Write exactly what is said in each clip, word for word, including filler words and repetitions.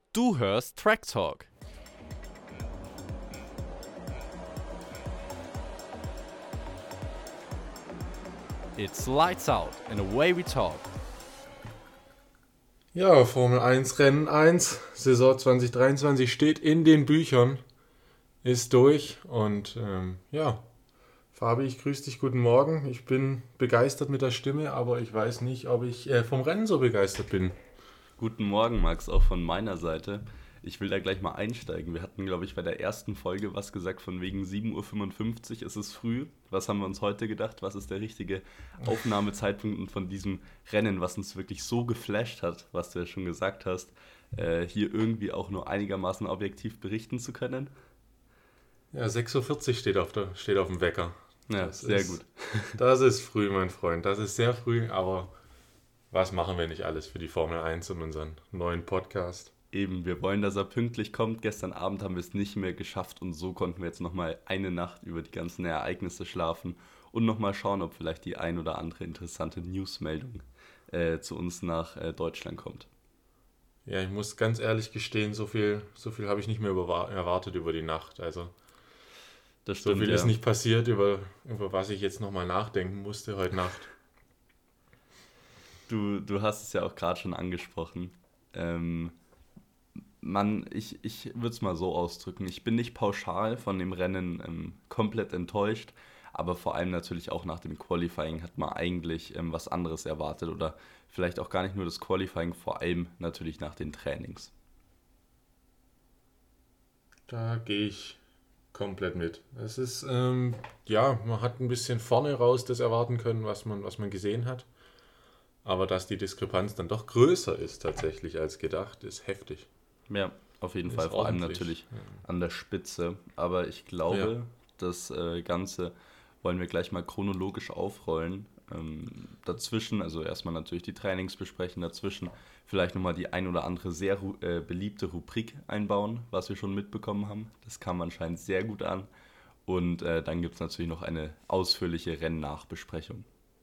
Du hörst Track Talk. It's lights out and away we talk. Ja, Formel eins Rennen eins, Saison zwanzig dreiundzwanzig steht in den Büchern, ist durch und ähm, ja, Fabi, ich grüße dich, guten Morgen. Ich bin begeistert mit der Stimme, aber ich weiß nicht, ob ich äh, vom Rennen so begeistert bin. Guten Morgen, Max, auch von meiner Seite. Ich will da gleich mal einsteigen. Wir hatten, glaube ich, bei der ersten Folge was gesagt von wegen sieben Uhr fünfundfünfzig ist es früh. Was haben wir uns heute gedacht? Was ist der richtige Aufnahmezeitpunkt von diesem Rennen, was uns wirklich so geflasht hat, was du ja schon gesagt hast, äh, hier irgendwie auch nur einigermaßen objektiv berichten zu können? Ja, sechs Uhr vierzig steht auf, der, steht auf dem Wecker. Ja, das sehr ist, gut. Das ist früh, mein Freund. Das ist sehr früh, aber was machen wir nicht alles für die Formel eins und unseren neuen Podcast? Eben, wir wollen, dass er pünktlich kommt. Gestern Abend haben wir es nicht mehr geschafft und so konnten wir jetzt nochmal eine Nacht über die ganzen Ereignisse schlafen und nochmal schauen, ob vielleicht die ein oder andere interessante Newsmeldung äh, zu uns nach äh, Deutschland kommt. Ja, ich muss ganz ehrlich gestehen, so viel, so viel habe ich nicht mehr über, erwartet über die Nacht. Also Das stimmt, so viel ja. ist nicht passiert, über, über was ich jetzt nochmal nachdenken musste heute Nacht. Du, du hast es ja auch gerade schon angesprochen. Ähm, man, ich, ich würde es mal so ausdrücken. Ich bin nicht pauschal von dem Rennen ähm, komplett enttäuscht, aber vor allem natürlich auch nach dem Qualifying hat man eigentlich ähm, was anderes erwartet oder vielleicht auch gar nicht nur das Qualifying, vor allem natürlich nach den Trainings. Da gehe ich komplett mit. Es ist, ähm, ja, man hat ein bisschen vorne raus das erwarten können, was man, was man gesehen hat. Aber dass die Diskrepanz dann doch größer ist tatsächlich als gedacht, ist heftig. Ja, auf jeden Ist Fall, vor allem ordentlich. natürlich an der Spitze. Aber ich glaube, Ja. das äh, Ganze wollen wir gleich mal chronologisch aufrollen. Ähm, dazwischen, also erstmal natürlich die Trainings besprechen, dazwischen vielleicht nochmal die ein oder andere sehr ru- äh, beliebte Rubrik einbauen, was wir schon mitbekommen haben. Das kam anscheinend sehr gut an. Und äh, dann gibt es natürlich noch eine ausführliche Rennnachbesprechung.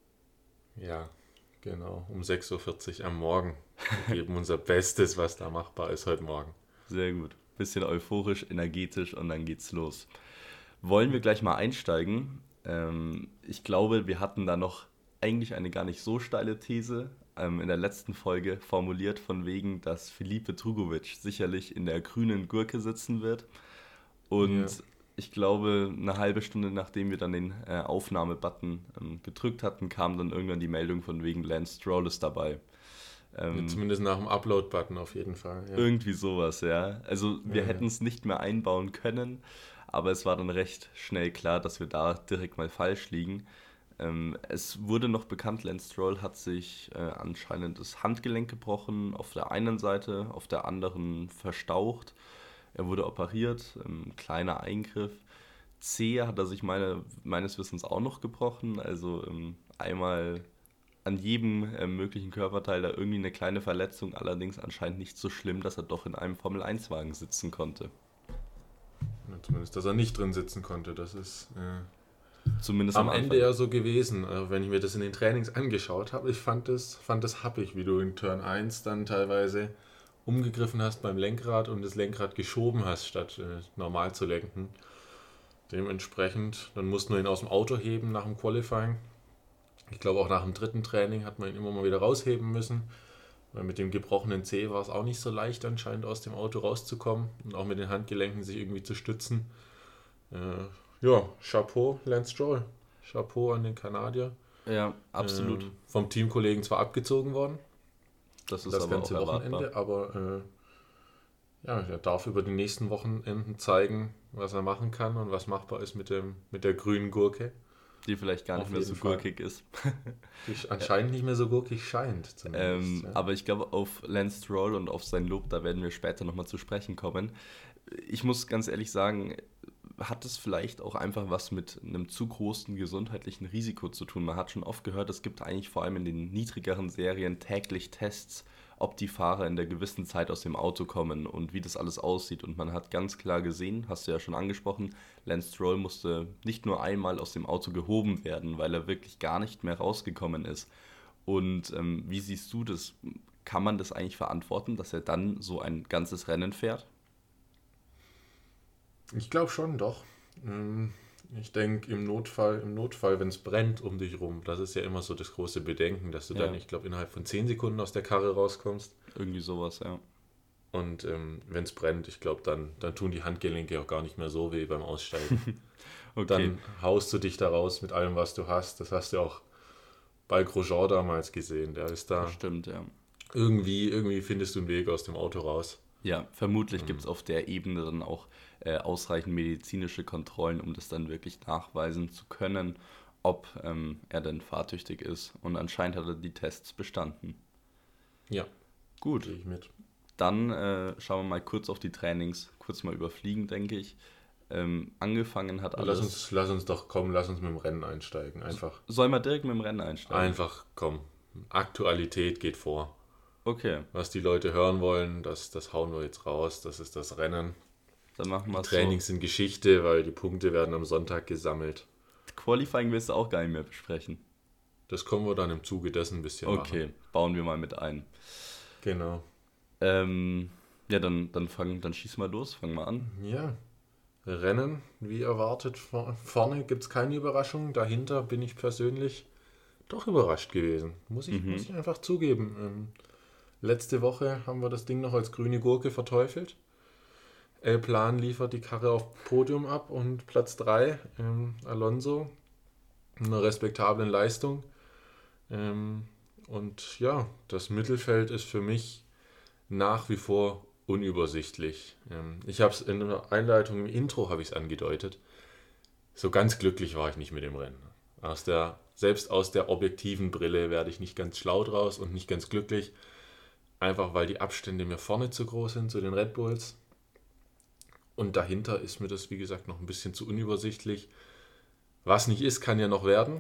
Ja, genau. Um sechs Uhr vierzig am Morgen. Wir geben unser Bestes, was da machbar ist heute Morgen. Sehr gut. Bisschen euphorisch, energetisch und dann geht's los. Wollen wir gleich mal einsteigen? Ähm, ich glaube, wir hatten da noch eigentlich eine gar nicht so steile These ähm, in der letzten Folge formuliert, von wegen, dass Filipe Drugovich sicherlich in der grünen Gurke sitzen wird. Und Ja. ich glaube, eine halbe Stunde nachdem wir dann den äh, Aufnahmebutton ähm, gedrückt hatten, kam dann irgendwann die Meldung von wegen Lance Stroll ist dabei. Ähm, Zumindest nach dem Upload-Button auf jeden Fall. Ja. Irgendwie sowas, ja. Also wir Ja, hätten ja. es nicht mehr einbauen können, aber es war dann recht schnell klar, dass wir da direkt mal falsch liegen. Ähm, es wurde noch bekannt, Lance Stroll hat sich äh, anscheinend das Handgelenk gebrochen, auf der einen Seite, auf der anderen verstaucht. Er wurde operiert, ähm, kleiner Eingriff. Zehe hat er sich meine, meines Wissens auch noch gebrochen, also ähm, einmal an jedem äh, möglichen Körperteil da irgendwie eine kleine Verletzung, allerdings anscheinend nicht so schlimm, dass er doch in einem Formel eins Wagen sitzen konnte. Ja, zumindest, dass er nicht drin sitzen konnte. Das ist äh, Zumindest am am Ende Anfang. ja so gewesen, äh, wenn ich mir das in den Trainings angeschaut habe. Ich fand es fand es happig, wie du in Turn eins dann teilweise umgegriffen hast beim Lenkrad und das Lenkrad geschoben hast, statt äh, normal zu lenken. Dementsprechend, dann mussten wir ihn aus dem Auto heben nach dem Qualifying. Ich glaube auch nach dem dritten Training hat man ihn immer mal wieder rausheben müssen, weil mit dem gebrochenen Zeh war es auch nicht so leicht anscheinend aus dem Auto rauszukommen und auch mit den Handgelenken sich irgendwie zu stützen. Äh, ja, Chapeau, Lance Stroll. Chapeau an den Kanadier. Ja, absolut. Ähm, vom Teamkollegen zwar abgezogen worden, das ist das aber ganze auch erwartbar. Wochenende, aber äh, ja, er darf über die nächsten Wochenenden zeigen, was er machen kann und was machbar ist mit, dem, mit der grünen Gurke, Die vielleicht gar nicht Auf mehr jeden so Fall. gurkig ist. die anscheinend nicht mehr so gurkig scheint. Zumindest, Ähm, ja. aber ich glaube, auf Lance Stroll und auf sein Lob, da werden wir später nochmal zu sprechen kommen. Ich muss ganz ehrlich sagen, hat es vielleicht auch einfach was mit einem zu großen gesundheitlichen Risiko zu tun. Man hat schon oft gehört, es gibt eigentlich vor allem in den niedrigeren Serien täglich Tests, ob die Fahrer in der gewissen Zeit aus dem Auto kommen und wie das alles aussieht. Und man hat ganz klar gesehen, hast du ja schon angesprochen, Lance Stroll musste nicht nur einmal aus dem Auto gehoben werden, weil er wirklich gar nicht mehr rausgekommen ist. Und ähm, wie siehst du das? kann man das eigentlich verantworten, dass er dann so ein ganzes Rennen fährt? Ich glaube schon, doch. Ähm, Ich denke, im Notfall, im Notfall, wenn es brennt um dich rum, das ist ja immer so das große Bedenken, dass du Ja. dann, ich glaube, innerhalb von zehn Sekunden aus der Karre rauskommst. Irgendwie sowas, ja. Und ähm, wenn es brennt, ich glaube, dann, dann tun die Handgelenke auch gar nicht mehr so weh beim Aussteigen. Okay, Dann haust du dich da raus mit allem, was du hast. Das hast du auch bei Grosjean damals gesehen. Der ist da das stimmt, ja. irgendwie, irgendwie findest du einen Weg aus dem Auto raus. Ja, vermutlich gibt es auf der Ebene dann auch äh, ausreichend medizinische Kontrollen, um das dann wirklich nachweisen zu können, ob ähm, er denn fahrtüchtig ist. Und anscheinend hat er die Tests bestanden. Ja, Gut, gehe ich mit. dann äh, schauen wir mal kurz auf die Trainings, kurz mal überfliegen, denke ich. Ähm, angefangen hat alles... Lass uns, lass uns doch kommen, lass uns mit dem Rennen einsteigen. Einfach, Soll man direkt mit dem Rennen einsteigen? einfach komm. Aktualität geht vor. Okay, Was die Leute hören wollen, das, das hauen wir jetzt raus. Das ist das Rennen. dann machen wir es so. Trainings sind Geschichte, weil die Punkte werden am Sonntag gesammelt. Qualifying willst du auch gar nicht mehr besprechen. Das kommen wir dann im Zuge dessen ein bisschen Okay, machen. bauen wir mal mit ein. Genau. Ähm, ja, dann, dann, fang, dann schieß mal los, fang mal an. Ja. Rennen, wie erwartet. Vor- Vorne gibt es keine Überraschung. Dahinter bin ich persönlich doch überrascht gewesen. Muss ich, Mhm. muss ich einfach zugeben. Ähm, letzte Woche haben wir das Ding noch als grüne Gurke verteufelt. El Plan liefert die Karre auf Podium ab und Platz drei, ähm, Alonso, einer respektablen Leistung. Ähm, und ja, das Mittelfeld ist für mich nach wie vor unübersichtlich. Ähm, ich habe es in der Einleitung, im Intro habe ich es angedeutet. So ganz glücklich war ich nicht mit dem Rennen. Aus der, selbst aus der objektiven Brille werde ich nicht ganz schlau draus und nicht ganz glücklich. Einfach weil die Abstände mir vorne zu groß sind zu den Red Bulls. Und dahinter ist mir das, wie gesagt, noch ein bisschen zu unübersichtlich. Was nicht ist, kann ja noch werden.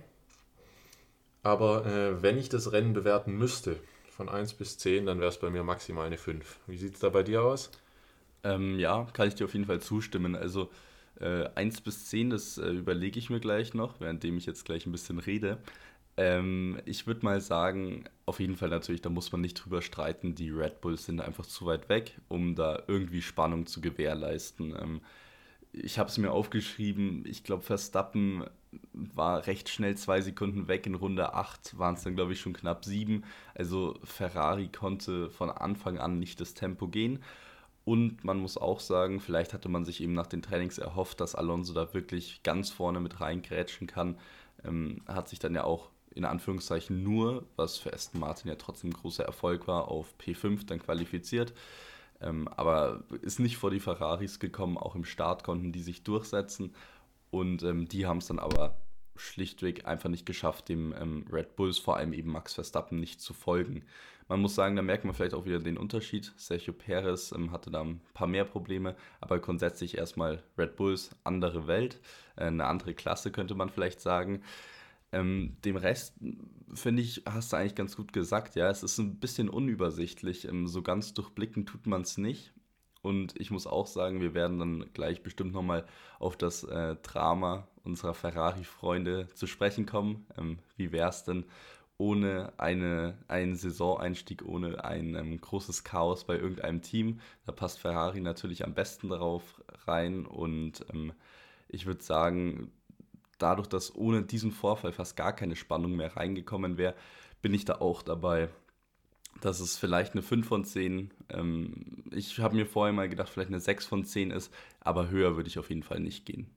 Aber äh, wenn ich das Rennen bewerten müsste, von eins bis zehn, dann wäre es bei mir maximal eine fünf. Wie sieht es da bei dir aus? Ähm, ja, kann ich dir auf jeden Fall zustimmen. Also äh, eins bis zehn, das äh, überlege ich mir gleich noch, währenddem ich jetzt gleich ein bisschen rede. Ähm, ich würde mal sagen, auf jeden Fall natürlich, da muss man nicht drüber streiten, die Red Bulls sind einfach zu weit weg, um da irgendwie Spannung zu gewährleisten. Ähm, ich habe es mir aufgeschrieben, ich glaube Verstappen war recht schnell zwei Sekunden weg, in Runde acht waren es dann glaube ich schon knapp sieben. Also Ferrari konnte von Anfang an nicht das Tempo gehen. Und man muss auch sagen, vielleicht hatte man sich eben nach den Trainings erhofft, dass Alonso da wirklich ganz vorne mit reingrätschen kann. Ähm, hat sich dann ja auch in Anführungszeichen nur, was für Aston Martin ja trotzdem großer Erfolg war, auf P fünf dann qualifiziert. Ähm, aber ist nicht vor die Ferraris gekommen, auch im Start konnten die sich durchsetzen. Und ähm, die haben es dann aber schlichtweg einfach nicht geschafft, dem ähm, Red Bulls, vor allem eben Max Verstappen, nicht zu folgen. Man muss sagen, da merkt man vielleicht auch wieder den Unterschied. Sergio Perez ähm, hatte da ein paar mehr Probleme, aber grundsätzlich erstmal Red Bulls, andere Welt, äh, eine andere Klasse könnte man vielleicht sagen. Ähm, dem Rest, finde ich, hast du eigentlich ganz gut gesagt. Ja, es ist ein bisschen unübersichtlich. Ähm, so ganz durchblicken tut man es nicht. Und ich muss auch sagen, wir werden dann gleich bestimmt nochmal auf das äh, Drama unserer Ferrari-Freunde zu sprechen kommen. Ähm, wie wäre es denn ohne eine, einen Saisoneinstieg, ohne ein ähm, großes Chaos bei irgendeinem Team? Da passt Ferrari natürlich am besten darauf rein. Und ähm, ich würde sagen, dadurch, dass ohne diesen Vorfall fast gar keine Spannung mehr reingekommen wäre, bin ich da auch dabei. Dass es vielleicht eine fünf von zehn, ähm, ich habe mir vorher mal gedacht, vielleicht eine sechs von zehn ist, aber höher würde ich auf jeden Fall nicht gehen.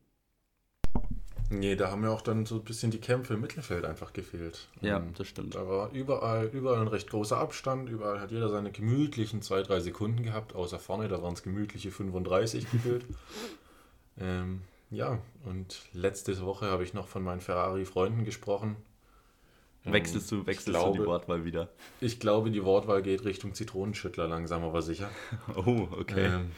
Nee, da haben mir auch dann so ein bisschen die Kämpfe im Mittelfeld einfach gefehlt. Ja, Ähm, das stimmt. Da war überall, überall ein recht großer Abstand, überall hat jeder seine gemütlichen zwei, drei Sekunden gehabt, außer vorne, da waren es gemütliche fünfunddreißig gefühlt. ähm, ja, und letzte Woche habe ich noch von meinen Ferrari-Freunden gesprochen. Ähm, Wechselst du, ich wechselst glaube, du die Wortwahl wieder? Ich glaube, die Wortwahl geht Richtung Zitronenschüttler, langsam aber sicher. Oh, okay. Ähm,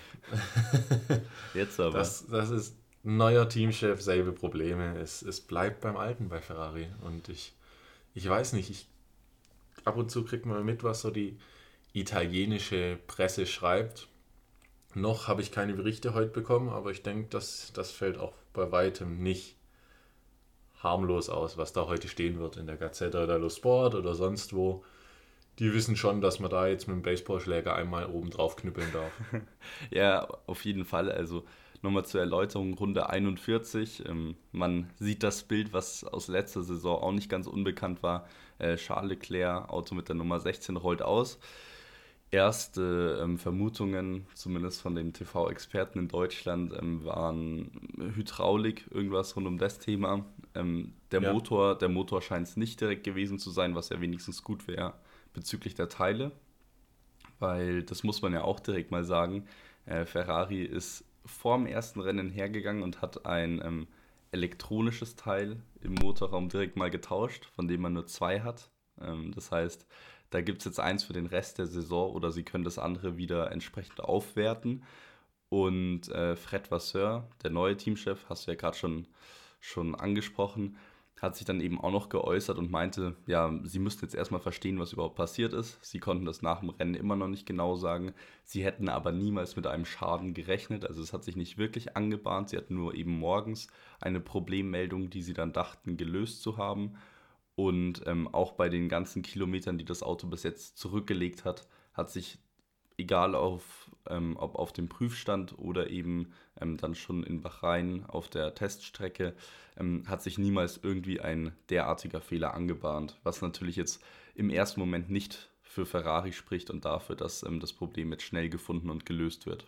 Jetzt aber. das, das ist neuer Teamchef, selbe Probleme. Es, es bleibt beim Alten bei Ferrari. Und ich, ich weiß nicht, ich, ab und zu kriegt man mit, was so die italienische Presse schreibt. Noch habe ich keine Berichte heute bekommen, aber ich denke, das, das fällt auch bei weitem nicht harmlos aus, was da heute stehen wird in der Gazzetta dello Sport oder sonst wo. die wissen schon, dass man da jetzt mit dem Baseballschläger einmal oben drauf knüppeln darf. Ja, auf jeden Fall. Also nochmal zur Erläuterung, Runde einundvierzig. Ähm, man sieht das Bild, was aus letzter Saison auch nicht ganz unbekannt war. Äh, Charles Leclerc, Auto mit der Nummer sechzehn, rollt aus. Erste ähm, Vermutungen, zumindest von den T V-Experten in Deutschland, ähm, waren Hydraulik, irgendwas rund um das Thema. Ähm, der, Ja. Motor, der Motor scheint es nicht direkt gewesen zu sein, was ja wenigstens gut wäre bezüglich der Teile. Weil das muss man ja auch direkt mal sagen, äh, Ferrari ist vor dem ersten Rennen hergegangen und hat ein ähm, elektronisches Teil im Motorraum direkt mal getauscht, von dem man nur zwei hat. Ähm, das heißt, da gibt es jetzt eins für den Rest der Saison oder sie können das andere wieder entsprechend aufwerten. Und äh, Fred Vasseur, der neue Teamchef, hast du ja gerade schon, schon angesprochen, hat sich dann eben auch noch geäußert und meinte, ja, sie müssten jetzt erstmal verstehen, was überhaupt passiert ist. Sie konnten das nach dem Rennen immer noch nicht genau sagen. Sie hätten aber niemals mit einem Schaden gerechnet. Also es hat sich nicht wirklich angebahnt. Sie hatten nur eben morgens eine Problemmeldung, die sie dann dachten, gelöst zu haben. Und ähm, auch bei den ganzen Kilometern, die das Auto bis jetzt zurückgelegt hat, hat sich, egal auf, ähm, ob auf dem Prüfstand oder eben ähm, dann schon in Bahrain auf der Teststrecke, ähm, hat sich niemals irgendwie ein derartiger Fehler angebahnt, was natürlich jetzt im ersten Moment nicht für Ferrari spricht und dafür, dass ähm, das Problem jetzt schnell gefunden und gelöst wird.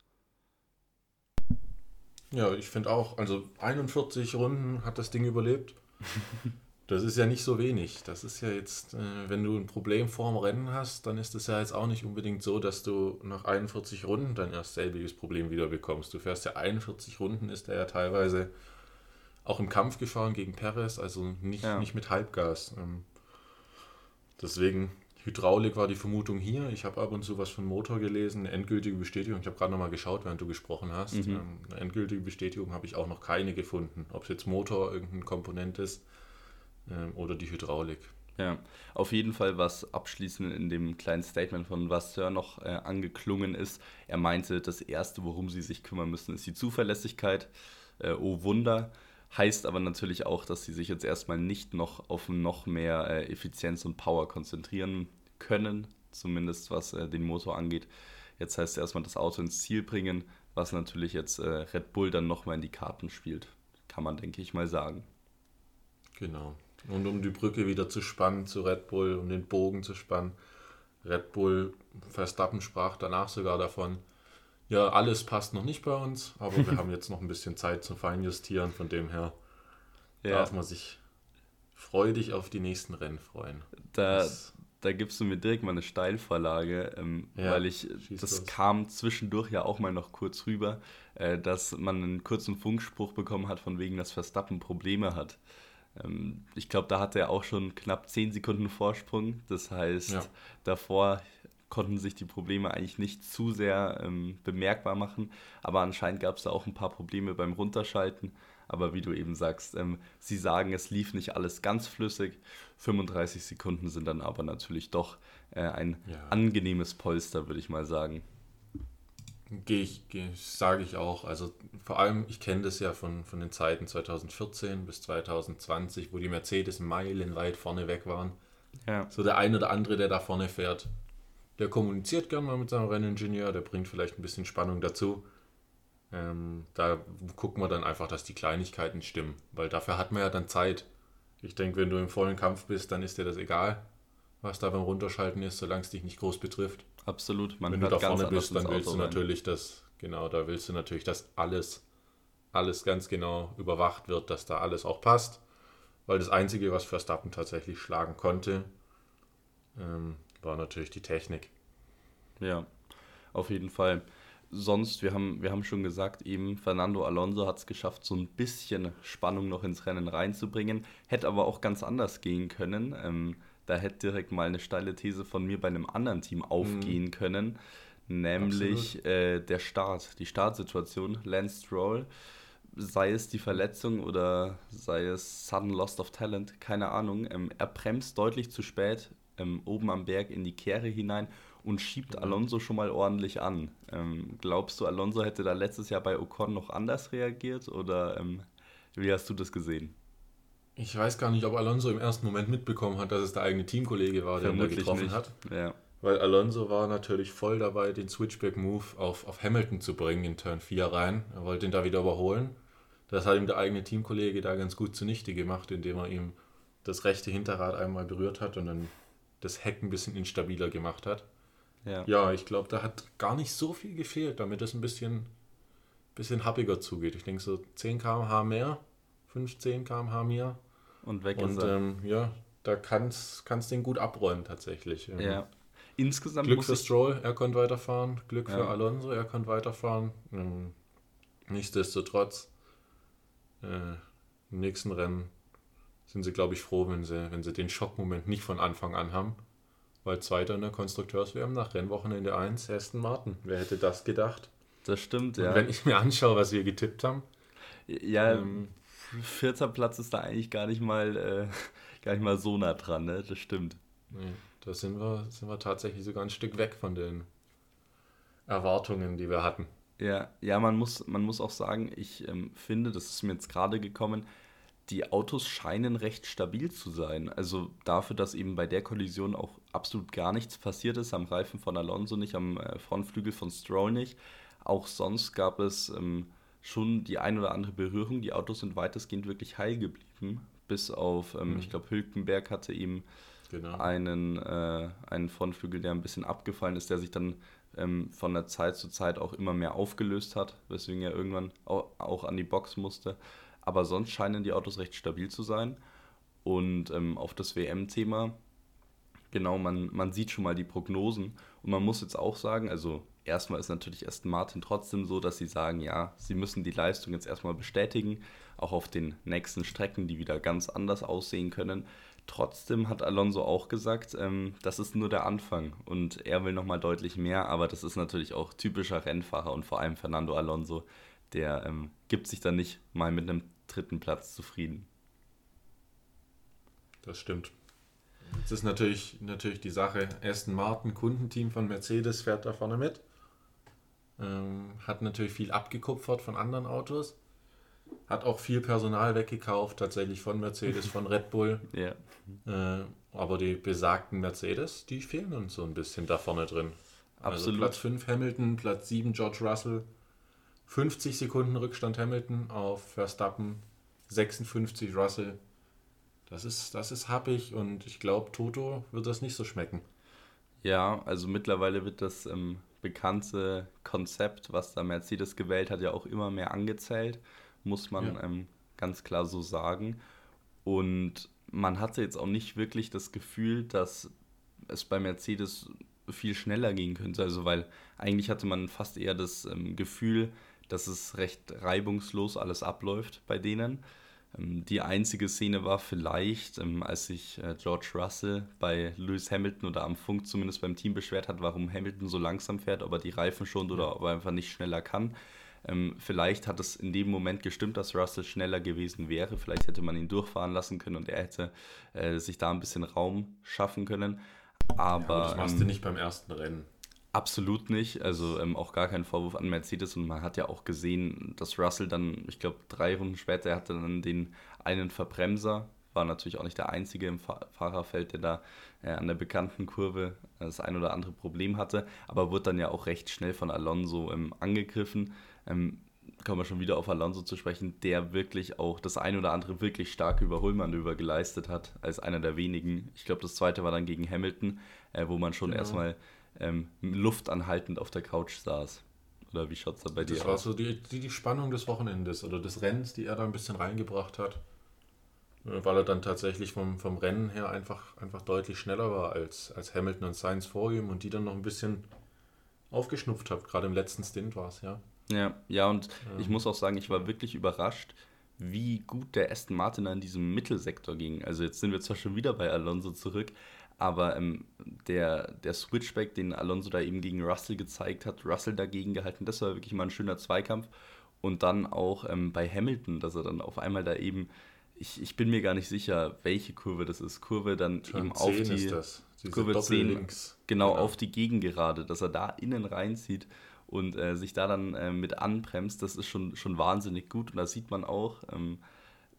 Ja, ich finde auch, also einundvierzig Runden hat das Ding überlebt. Das ist ja nicht so wenig. Das ist ja jetzt, äh, wenn du ein Problem vorm Rennen hast, dann ist es ja jetzt auch nicht unbedingt so, dass du nach einundvierzig Runden dann erst selbiges Problem wieder bekommst. Du fährst ja einundvierzig Runden, ist er ja teilweise auch im Kampf gefahren gegen Perez, also nicht, Ja. nicht mit Halbgas. Ähm, deswegen, Hydraulik war die Vermutung hier. Ich habe ab und zu was von Motor gelesen, eine endgültige Bestätigung. Ich habe gerade nochmal geschaut, während du gesprochen hast. Mhm. Ähm, eine endgültige Bestätigung habe ich auch noch keine gefunden. Ob es jetzt Motor irgendein Komponent ist ähm, oder die Hydraulik. Ja, auf jeden Fall, was abschließend in dem kleinen Statement von Vasseur noch äh, angeklungen ist. Er meinte, das Erste, worum sie sich kümmern müssen, ist die Zuverlässigkeit. Äh, oh Wunder. Heißt aber natürlich auch, dass sie sich jetzt erstmal nicht noch auf noch mehr äh, Effizienz und Power konzentrieren können, zumindest was äh, den Motor angeht. Jetzt heißt es erstmal das Auto ins Ziel bringen, was natürlich jetzt äh, Red Bull dann nochmal in die Karten spielt. Kann man, denke ich mal, sagen. Genau. Und um die Brücke wieder zu spannen zu Red Bull, um den Bogen zu spannen. Red Bull, Verstappen sprach danach sogar davon, ja, alles passt noch nicht bei uns, aber wir haben jetzt noch ein bisschen Zeit zum Feinjustieren, von dem her Ja. darf man sich freudig auf die nächsten Rennen freuen. Da, Das- da gibst du mir direkt mal eine Steilvorlage, ähm, Ja, weil ich, schieß das los. kam zwischendurch ja auch mal noch kurz rüber, äh, dass man einen kurzen Funkspruch bekommen hat, von wegen, dass Verstappen Probleme hat. Ähm, ich glaube, da hatte er auch schon knapp zehn Sekunden Vorsprung. Das heißt, Ja. davor konnten sich die Probleme eigentlich nicht zu sehr ähm, bemerkbar machen. Aber anscheinend gab es da auch ein paar Probleme beim Runterschalten. Aber wie du eben sagst, ähm, sie sagen, es lief nicht alles ganz flüssig. fünfunddreißig Sekunden sind dann aber natürlich doch äh, ein Ja. angenehmes Polster, würde ich mal sagen. Gehe ich, geh, sage ich auch. Also vor allem, ich kenne das ja von, von den Zeiten zweitausendvierzehn bis zweitausendzwanzig, wo die Mercedes meilenweit vorne weg waren. Ja, So der ein oder andere, der da vorne fährt, der kommuniziert gern mal mit seinem Renningenieur, der bringt vielleicht ein bisschen Spannung dazu. Ähm, da gucken wir dann einfach, dass die Kleinigkeiten stimmen, weil dafür hat man ja dann Zeit. Ich denke, wenn du im vollen Kampf bist, dann ist dir das egal, was da beim Runterschalten ist, solange es dich nicht groß betrifft. absolut. Man Wenn du hört da ganz vorne anders bist, dann ins willst Auto du rein. natürlich, dass, genau, da willst du natürlich, dass alles, alles ganz genau überwacht wird, dass da alles auch passt. Weil das Einzige, was Verstappen tatsächlich schlagen konnte, ähm, war natürlich die Technik. Ja, auf jeden Fall. Sonst, wir haben, wir haben schon gesagt, eben Fernando Alonso hat es geschafft, so ein bisschen Spannung noch ins Rennen reinzubringen. Hätte aber auch ganz anders gehen können. Ähm, da hätte direkt mal eine steile These von mir bei einem anderen Team aufgehen können. Nämlich äh, der Start, die Startsituation. Lance Stroll, sei es die Verletzung oder sei es sudden loss of talent, keine Ahnung. Ähm, er bremst deutlich zu spät ähm, oben am Berg in die Kehre hinein und schiebt Genau. Alonso schon mal ordentlich an. Ähm, glaubst du, Alonso hätte da letztes Jahr bei Ocon noch anders reagiert oder ähm, wie hast du das gesehen? Ich weiß gar nicht, ob Alonso im ersten Moment mitbekommen hat, dass es der eigene Teamkollege war, der ihn da Vermutlich getroffen nicht. hat. Ja. Weil Alonso war natürlich voll dabei, den Switchback-Move auf, auf Hamilton zu bringen in Turn vier rein. Er wollte ihn da wieder überholen. Das hat ihm der eigene Teamkollege da ganz gut zunichte gemacht, indem er ihm das rechte Hinterrad einmal berührt hat und dann das Heck ein bisschen instabiler gemacht hat. Ja. Ja, ich glaube, da hat gar nicht so viel gefehlt, damit es ein bisschen, bisschen happiger zugeht. Ich denke so zehn Kilometer pro Stunde mehr, fünfzehn Kilometer pro Stunde mehr. Und weg ist Und er. ähm, ja, da kann es den gut abräumen tatsächlich. Ähm, Ja. Insgesamt Glück muss für ich... Stroll, er konnte weiterfahren. Glück für Ja. Alonso, er konnte weiterfahren. Ähm, nichtsdestotrotz, äh, im nächsten Rennen sind sie, glaube ich, froh, wenn sie, wenn sie den Schockmoment nicht von Anfang an haben. Weil Zweiter in der Konstrukteurs-W M nach Rennwochenende eins, Aston Martin. Wer hätte das gedacht? Das stimmt, Und ja. wenn ich mir anschaue, was wir getippt haben, Ja, ähm, vierter Platz ist da eigentlich gar nicht mal, äh, gar nicht mal so nah dran, ne? Das stimmt. nee, da sind wir, sind wir tatsächlich sogar ein Stück weg von den Erwartungen, die wir hatten. Ja, ja, man muss, man muss auch sagen, ich ähm, finde, das ist mir jetzt gerade gekommen, die Autos scheinen recht stabil zu sein. Also dafür, dass eben bei der Kollision auch absolut gar nichts passiert ist, am Reifen von Alonso nicht, am äh, Frontflügel von Stroll nicht. Auch sonst gab es ähm, schon die ein oder andere Berührung. Die Autos sind weitestgehend wirklich heil geblieben. Bis auf, ähm, Mhm. ich glaube, Hülkenberg hatte eben Genau. einen, äh, einen Frontflügel, der ein bisschen abgefallen ist, der sich dann ähm, von der Zeit zu Zeit auch immer mehr aufgelöst hat, weswegen er irgendwann auch, auch an die Box musste. Aber sonst scheinen die Autos recht stabil zu sein. Und ähm, auf das W M-Thema, genau, man, man sieht schon mal die Prognosen. Und man muss jetzt auch sagen, also erstmal ist natürlich Aston Martin trotzdem so, dass sie sagen, ja, sie müssen die Leistung jetzt erstmal bestätigen, auch auf den nächsten Strecken, die wieder ganz anders aussehen können. Trotzdem hat Alonso auch gesagt, ähm, das ist nur der Anfang und er will nochmal deutlich mehr, aber das ist natürlich auch typischer Rennfahrer und vor allem Fernando Alonso, der ähm, gibt sich dann nicht mal mit einem dritten Platz zufrieden. Das stimmt. Jetzt ist natürlich, natürlich die Sache, Aston Martin, Kundenteam von Mercedes, fährt da vorne mit. Ähm, hat natürlich viel abgekupfert von anderen Autos. Hat auch viel Personal weggekauft, tatsächlich von Mercedes, von Red Bull. Ja, Äh, aber die besagten Mercedes, die fehlen uns so ein bisschen da vorne drin. Also absolut. Platz fünf Hamilton, Platz sieben George Russell, fünfzig Sekunden Rückstand Hamilton auf Verstappen, sechsundfünfzig Russell. Das ist, das ist happig und ich glaube, Toto wird das nicht so schmecken. Ja, also mittlerweile wird das ähm, bekannte Konzept, was da Mercedes gewählt hat, ja auch immer mehr angezählt, muss man Ja. ähm, ganz klar so sagen. Und man hatte jetzt auch nicht wirklich das Gefühl, dass es bei Mercedes viel schneller gehen könnte. Also weil eigentlich hatte man fast eher das ähm, Gefühl, dass es recht reibungslos alles abläuft bei denen. Ähm, die einzige Szene war vielleicht, ähm, als sich äh, George Russell bei Lewis Hamilton oder am Funk zumindest beim Team beschwert hat, warum Hamilton so langsam fährt, ob er die Reifen schont oder ob er einfach nicht schneller kann. Ähm, vielleicht hat es in dem Moment gestimmt, dass Russell schneller gewesen wäre. Vielleicht hätte man ihn durchfahren lassen können und er hätte äh, sich da ein bisschen Raum schaffen können. Aber, Aber das machst ähm, du nicht beim ersten Rennen. absolut nicht. Also ähm, auch gar kein Vorwurf an Mercedes. Und man hat ja auch gesehen, dass Russell dann, ich glaube, drei Runden später, er hatte dann den einen Verbremser. War natürlich auch nicht der Einzige im Fa- Fahrerfeld, der da äh, an der bekannten Kurve das ein oder andere Problem hatte. Aber wurde dann ja auch recht schnell von Alonso ähm, angegriffen. Ähm, kommen wir schon wieder auf Alonso zu sprechen, der wirklich auch das ein oder andere wirklich starke Überholmanöver geleistet hat, als einer der wenigen. Ich glaube, das zweite war dann gegen Hamilton, äh, wo man schon Genau. erstmal ähm, luftanhaltend auf der Couch saß. Oder wie schaut es da bei dir Das war aus? so die, die, die Spannung des Wochenendes oder des Rennens, die er da ein bisschen reingebracht hat. Äh, Weil er dann tatsächlich vom, vom Rennen her einfach, einfach deutlich schneller war als, als Hamilton und Sainz vor ihm und die dann noch ein bisschen aufgeschnupft hat. Gerade im letzten Stint war es, ja. Ja, ja, und ich Ähm. muss auch sagen, ich war wirklich überrascht, wie gut der Aston Martin in diesem Mittelsektor ging. Also jetzt sind wir zwar schon wieder bei Alonso zurück, aber ähm, der, der Switchback, den Alonso da eben gegen Russell gezeigt hat, Russell dagegen gehalten, das war wirklich mal ein schöner Zweikampf. Und dann auch ähm, bei Hamilton, dass er dann auf einmal da eben, ich, ich bin mir gar nicht sicher, welche Kurve das ist, Kurve dann eben Turn auf zehn die, ist das. Diese Kurve zehn, Doppellinks. genau, auf die Gegengerade, dass er da innen reinzieht und äh, sich da dann äh, mit anbremst, das ist schon, schon wahnsinnig gut. Und da sieht man auch, ähm,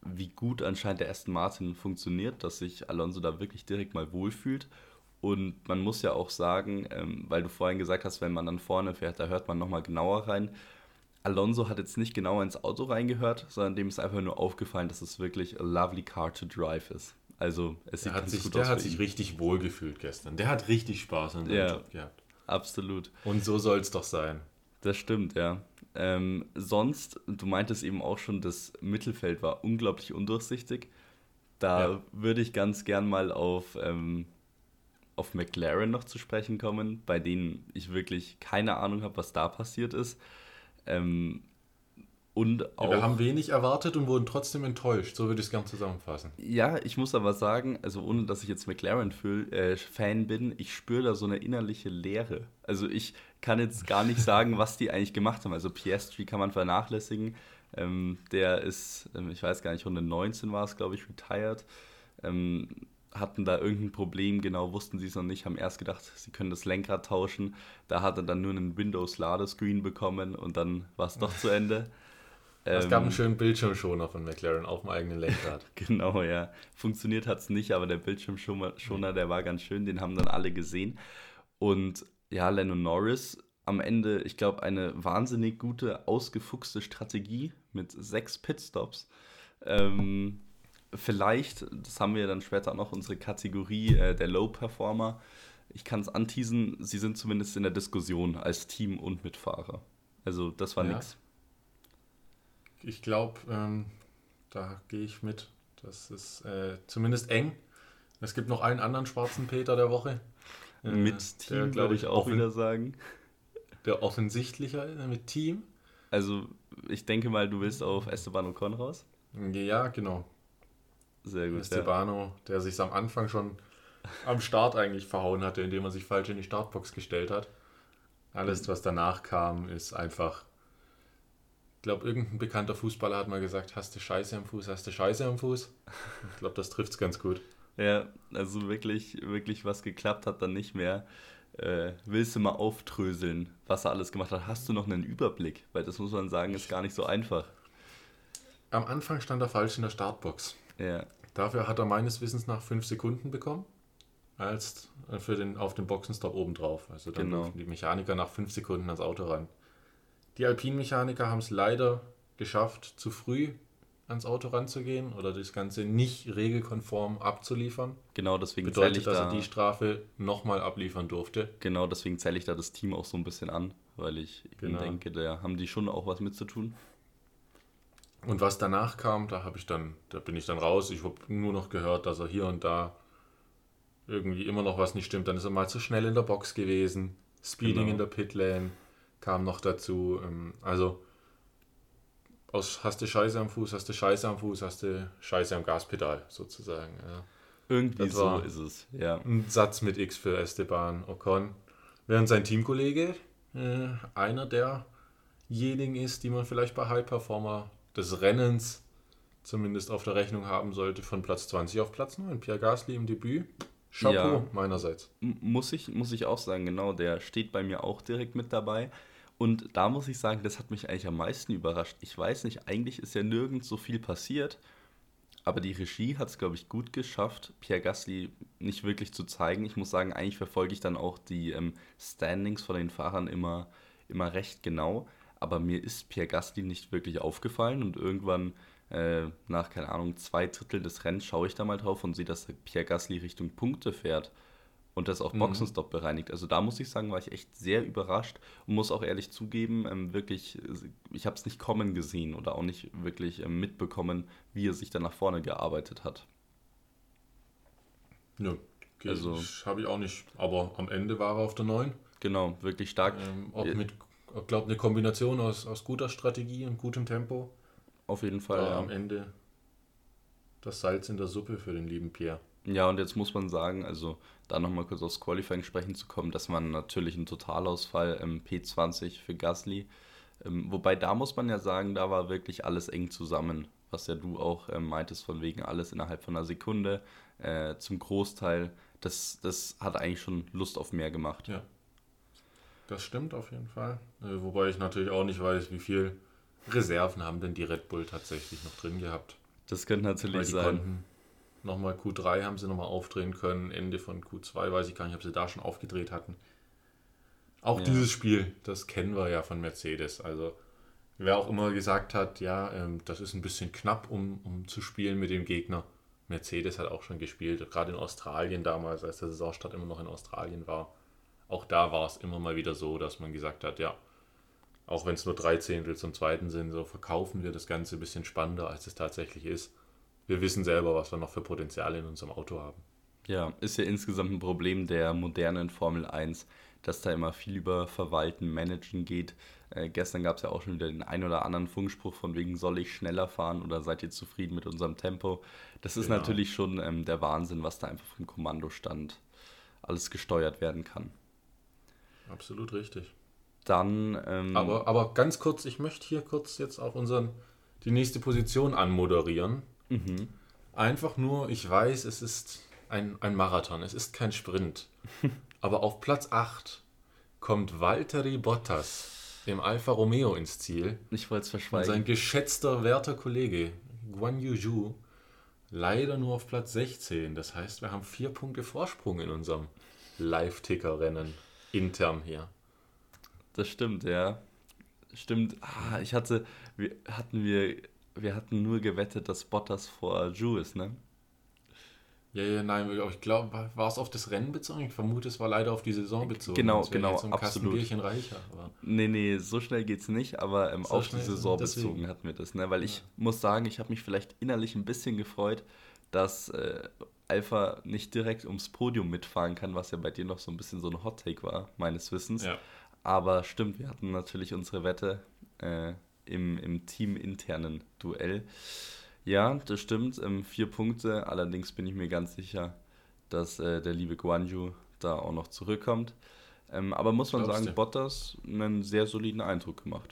wie gut anscheinend der Aston Martin funktioniert, dass sich Alonso da wirklich direkt mal wohlfühlt. Und man muss ja auch sagen, ähm, weil du vorhin gesagt hast, wenn man dann vorne fährt, da hört man nochmal genauer rein. Alonso hat jetzt nicht genauer ins Auto reingehört, sondern dem ist einfach nur aufgefallen, dass es wirklich a lovely car to drive ist. Also es sieht Der hat ganz sich, gut der aus hat für sich ihn. richtig wohl gefühlt gestern. Der hat richtig Spaß an seinem Ja. Job gehabt. Absolut. Und so soll es doch sein. Das stimmt, ja. Ähm, sonst, du meintest eben auch schon, das Mittelfeld war unglaublich undurchsichtig. Da Ja. würde ich ganz gern mal auf, ähm, auf McLaren noch zu sprechen kommen, bei denen ich wirklich keine Ahnung habe, was da passiert ist. Ähm, und Ja, auch, wir haben wenig erwartet und wurden trotzdem enttäuscht. So würde ich es gerne zusammenfassen. ja, ich muss aber sagen, also ohne dass ich jetzt McLaren-Fan äh, bin, ich spüre da so eine innerliche Leere. Also ich kann jetzt gar nicht sagen, was die eigentlich gemacht haben. Also Piastri kann man vernachlässigen. Ähm, der ist, ähm, ich weiß gar nicht, hundertneunzehn war es, glaube ich, retired. Ähm, hatten da irgendein Problem, genau wussten sie es noch nicht, haben erst gedacht, sie können das Lenkrad tauschen. Da hat er dann nur einen Windows-Ladescreen bekommen und dann war es doch zu Ende. Es gab einen Ähm, schönen Bildschirmschoner von McLaren auf dem eigenen Lenkrad. Genau, ja. Funktioniert hat es nicht, aber der Bildschirmschoner, der war ganz schön, den haben dann alle gesehen. Und ja, Lando Norris am Ende, ich glaube, eine wahnsinnig gute, ausgefuchste Strategie mit sechs Pitstops. Ähm, vielleicht, das haben wir dann später auch noch, unsere Kategorie äh, der Low-Performer. Ich kann es anteasen, sie sind zumindest in der Diskussion als Team und Mitfahrer. Also das war Ja. nix. Ich glaube, ähm, da gehe ich mit. Das ist äh, zumindest eng. Es gibt noch einen anderen schwarzen Peter der Woche. Äh, Mit der, Team, glaub würde ich auch offen- wieder sagen. Der offensichtlicher äh, mit Team. Also, ich denke mal, du willst auf Esteban Ocon raus. Ja, genau. Sehr gut, ja. Estebano, der sich am Anfang schon am Start eigentlich verhauen hatte, indem er sich falsch in die Startbox gestellt hat. Alles, was danach kam, ist einfach. Ich glaube, irgendein bekannter Fußballer hat mal gesagt, hast du Scheiße am Fuß, hast du Scheiße am Fuß. Ich glaube, das trifft es ganz gut. Ja, also wirklich, wirklich was geklappt hat dann nicht mehr. Äh, willst du mal aufdröseln, was er alles gemacht hat? Hast du noch einen Überblick? Weil das muss man sagen, ist gar nicht so einfach. Am Anfang stand er falsch in der Startbox. Ja, Dafür hat er meines Wissens nach fünf Sekunden bekommen, als für den, auf den Boxenstopp obendrauf. Also dann Genau. durften die Mechaniker nach fünf Sekunden ans Auto ran. Die Alpin-Mechaniker haben es leider geschafft, zu früh ans Auto ranzugehen oder das Ganze nicht regelkonform abzuliefern. genau deswegen zähle Bedeutet, ich dass da, er die Strafe nochmal abliefern durfte. genau deswegen zähle ich da das Team auch so ein bisschen an, weil ich eben Genau. denke, da haben die schon auch was mit zu tun. Und was danach kam, da habe ich dann, da bin ich dann raus. Ich habe nur noch gehört, dass er hier und da irgendwie immer noch was nicht stimmt. Dann ist er mal zu schnell in der Box gewesen. Speeding Genau. in der Pitlane kam noch dazu. Ähm, Also aus hast du Scheiße am Fuß, hast du Scheiße am Fuß, hast du Scheiße am Gaspedal sozusagen. Ja. Irgendwie Das so war- ist es, ja. Ein Satz mit X für Esteban Ocon. Während sein Teamkollege äh, einer derjenigen ist, die man vielleicht bei High Performer des Rennens zumindest auf der Rechnung haben sollte, von Platz zwanzig auf Platz neun. Pierre Gasly im Debüt. Chapeau Ja. meinerseits. M- Muss ich, muss ich auch sagen, genau, der steht bei mir auch direkt mit dabei. Und da muss ich sagen, das hat mich eigentlich am meisten überrascht. Ich weiß nicht, eigentlich ist ja nirgends so viel passiert, aber die Regie hat es, glaube ich, gut geschafft, Pierre Gasly nicht wirklich zu zeigen. Ich muss sagen, eigentlich verfolge ich dann auch die ähm, Standings von den Fahrern immer, immer recht genau. Aber mir ist Pierre Gasly nicht wirklich aufgefallen und irgendwann äh, nach, keine Ahnung, zwei Drittel des Rennens schaue ich da mal drauf und sehe, dass Pierre Gasly Richtung Punkte fährt und das auf Mhm. Boxenstopp bereinigt. Also da muss ich sagen, war ich echt sehr überrascht und muss auch ehrlich zugeben, ähm, wirklich, ich habe es nicht kommen gesehen oder auch nicht wirklich ähm, mitbekommen, wie er sich da nach vorne gearbeitet hat. Ja, okay, Also- das habe ich auch nicht. Aber am Ende war er auf der neun. Genau, wirklich stark. Ähm, ob Ja. mit, ich glaube, eine Kombination aus, aus guter Strategie und gutem Tempo. Auf jeden Fall. War Ja. am Ende das Salz in der Suppe für den lieben Pierre. Ja, und jetzt muss man sagen, also da nochmal kurz aufs Qualifying sprechen zu kommen, dass man natürlich einen Totalausfall im P zwanzig für Gasly, ähm, wobei da muss man ja sagen, da war wirklich alles eng zusammen, was ja du auch ähm, meintest, von wegen alles innerhalb von einer Sekunde, äh, zum Großteil, das, das hat eigentlich schon Lust auf mehr gemacht. Ja. Das stimmt auf jeden Fall. Äh, wobei ich natürlich auch nicht weiß, wie viel Reserven haben denn die Red Bull tatsächlich noch drin gehabt. Das könnte Weil natürlich die sein. konnten nochmal Q drei haben sie nochmal aufdrehen können. Ende von Q zwei weiß ich gar nicht, ob sie da schon aufgedreht hatten. Auch Ja. dieses Spiel, das kennen wir ja von Mercedes. Also wer auch immer gesagt hat, ja, ähm, das ist ein bisschen knapp, um, um zu spielen mit dem Gegner. Mercedes hat auch schon gespielt, gerade in Australien damals, als der Saisonstart immer noch in Australien war. Auch da war es immer mal wieder so, dass man gesagt hat, ja, auch wenn es nur drei Zehntel zum Zweiten sind, so verkaufen wir das Ganze ein bisschen spannender, als es tatsächlich ist. Wir wissen selber, was wir noch für Potenzial in unserem Auto haben. Ja, ist ja insgesamt ein Problem der modernen Formel eins, dass da immer viel über Verwalten, Managen geht. Äh, gestern gab es ja auch schon wieder den ein oder anderen Funkspruch von wegen, soll ich schneller fahren oder seid ihr zufrieden mit unserem Tempo? Das ist Genau. natürlich schon ähm, der Wahnsinn, was da einfach vom Kommandostand alles gesteuert werden kann. Absolut richtig. Dann, ähm, Aber, aber ganz kurz, ich möchte hier kurz jetzt auch unseren, die nächste Position anmoderieren. mhm. Einfach nur, ich weiß, es ist ein, ein Marathon, es ist kein Sprint. Aber auf Platz acht kommt Valtteri Bottas im Alfa Romeo ins Ziel. ich wollte es Und verschweigen. sein geschätzter, werter Kollege Guan Yu Zhu leider nur auf Platz sechzehn. Das heißt, wir haben vier Punkte Vorsprung in unserem Live-Ticker-Rennen intern hier. Das stimmt, ja. Stimmt. Ah, ich hatte, wir hatten wir, wir hatten nur gewettet, dass Bottas vor Zhu ist, ne? Ja, ja, nein, aber ich glaube, war es auf das Rennen bezogen? Ich vermute, es war leider auf die Saison bezogen. Genau, Sonst wäre genau, jetzt so ein Kasten absolut. Bierchen reicher. Aber Nee, nee, so schnell geht's nicht, aber ähm, So auf die schnell, Saison deswegen. bezogen hatten wir das, ne? Weil ich Ja. muss sagen, ich habe mich vielleicht innerlich ein bisschen gefreut, dass äh, Alpha nicht direkt ums Podium mitfahren kann, was ja bei dir noch so ein bisschen so ein Hot-Take war, meines Wissens. ja, Aber stimmt, wir hatten natürlich unsere Wette äh, im, im teaminternen Duell. Ja, das stimmt, ähm, vier Punkte, allerdings bin ich mir ganz sicher, dass äh, der liebe Guan Yu da auch noch zurückkommt. Ähm, aber muss man Glaubst sagen, du? Bottas einen sehr soliden Eindruck gemacht.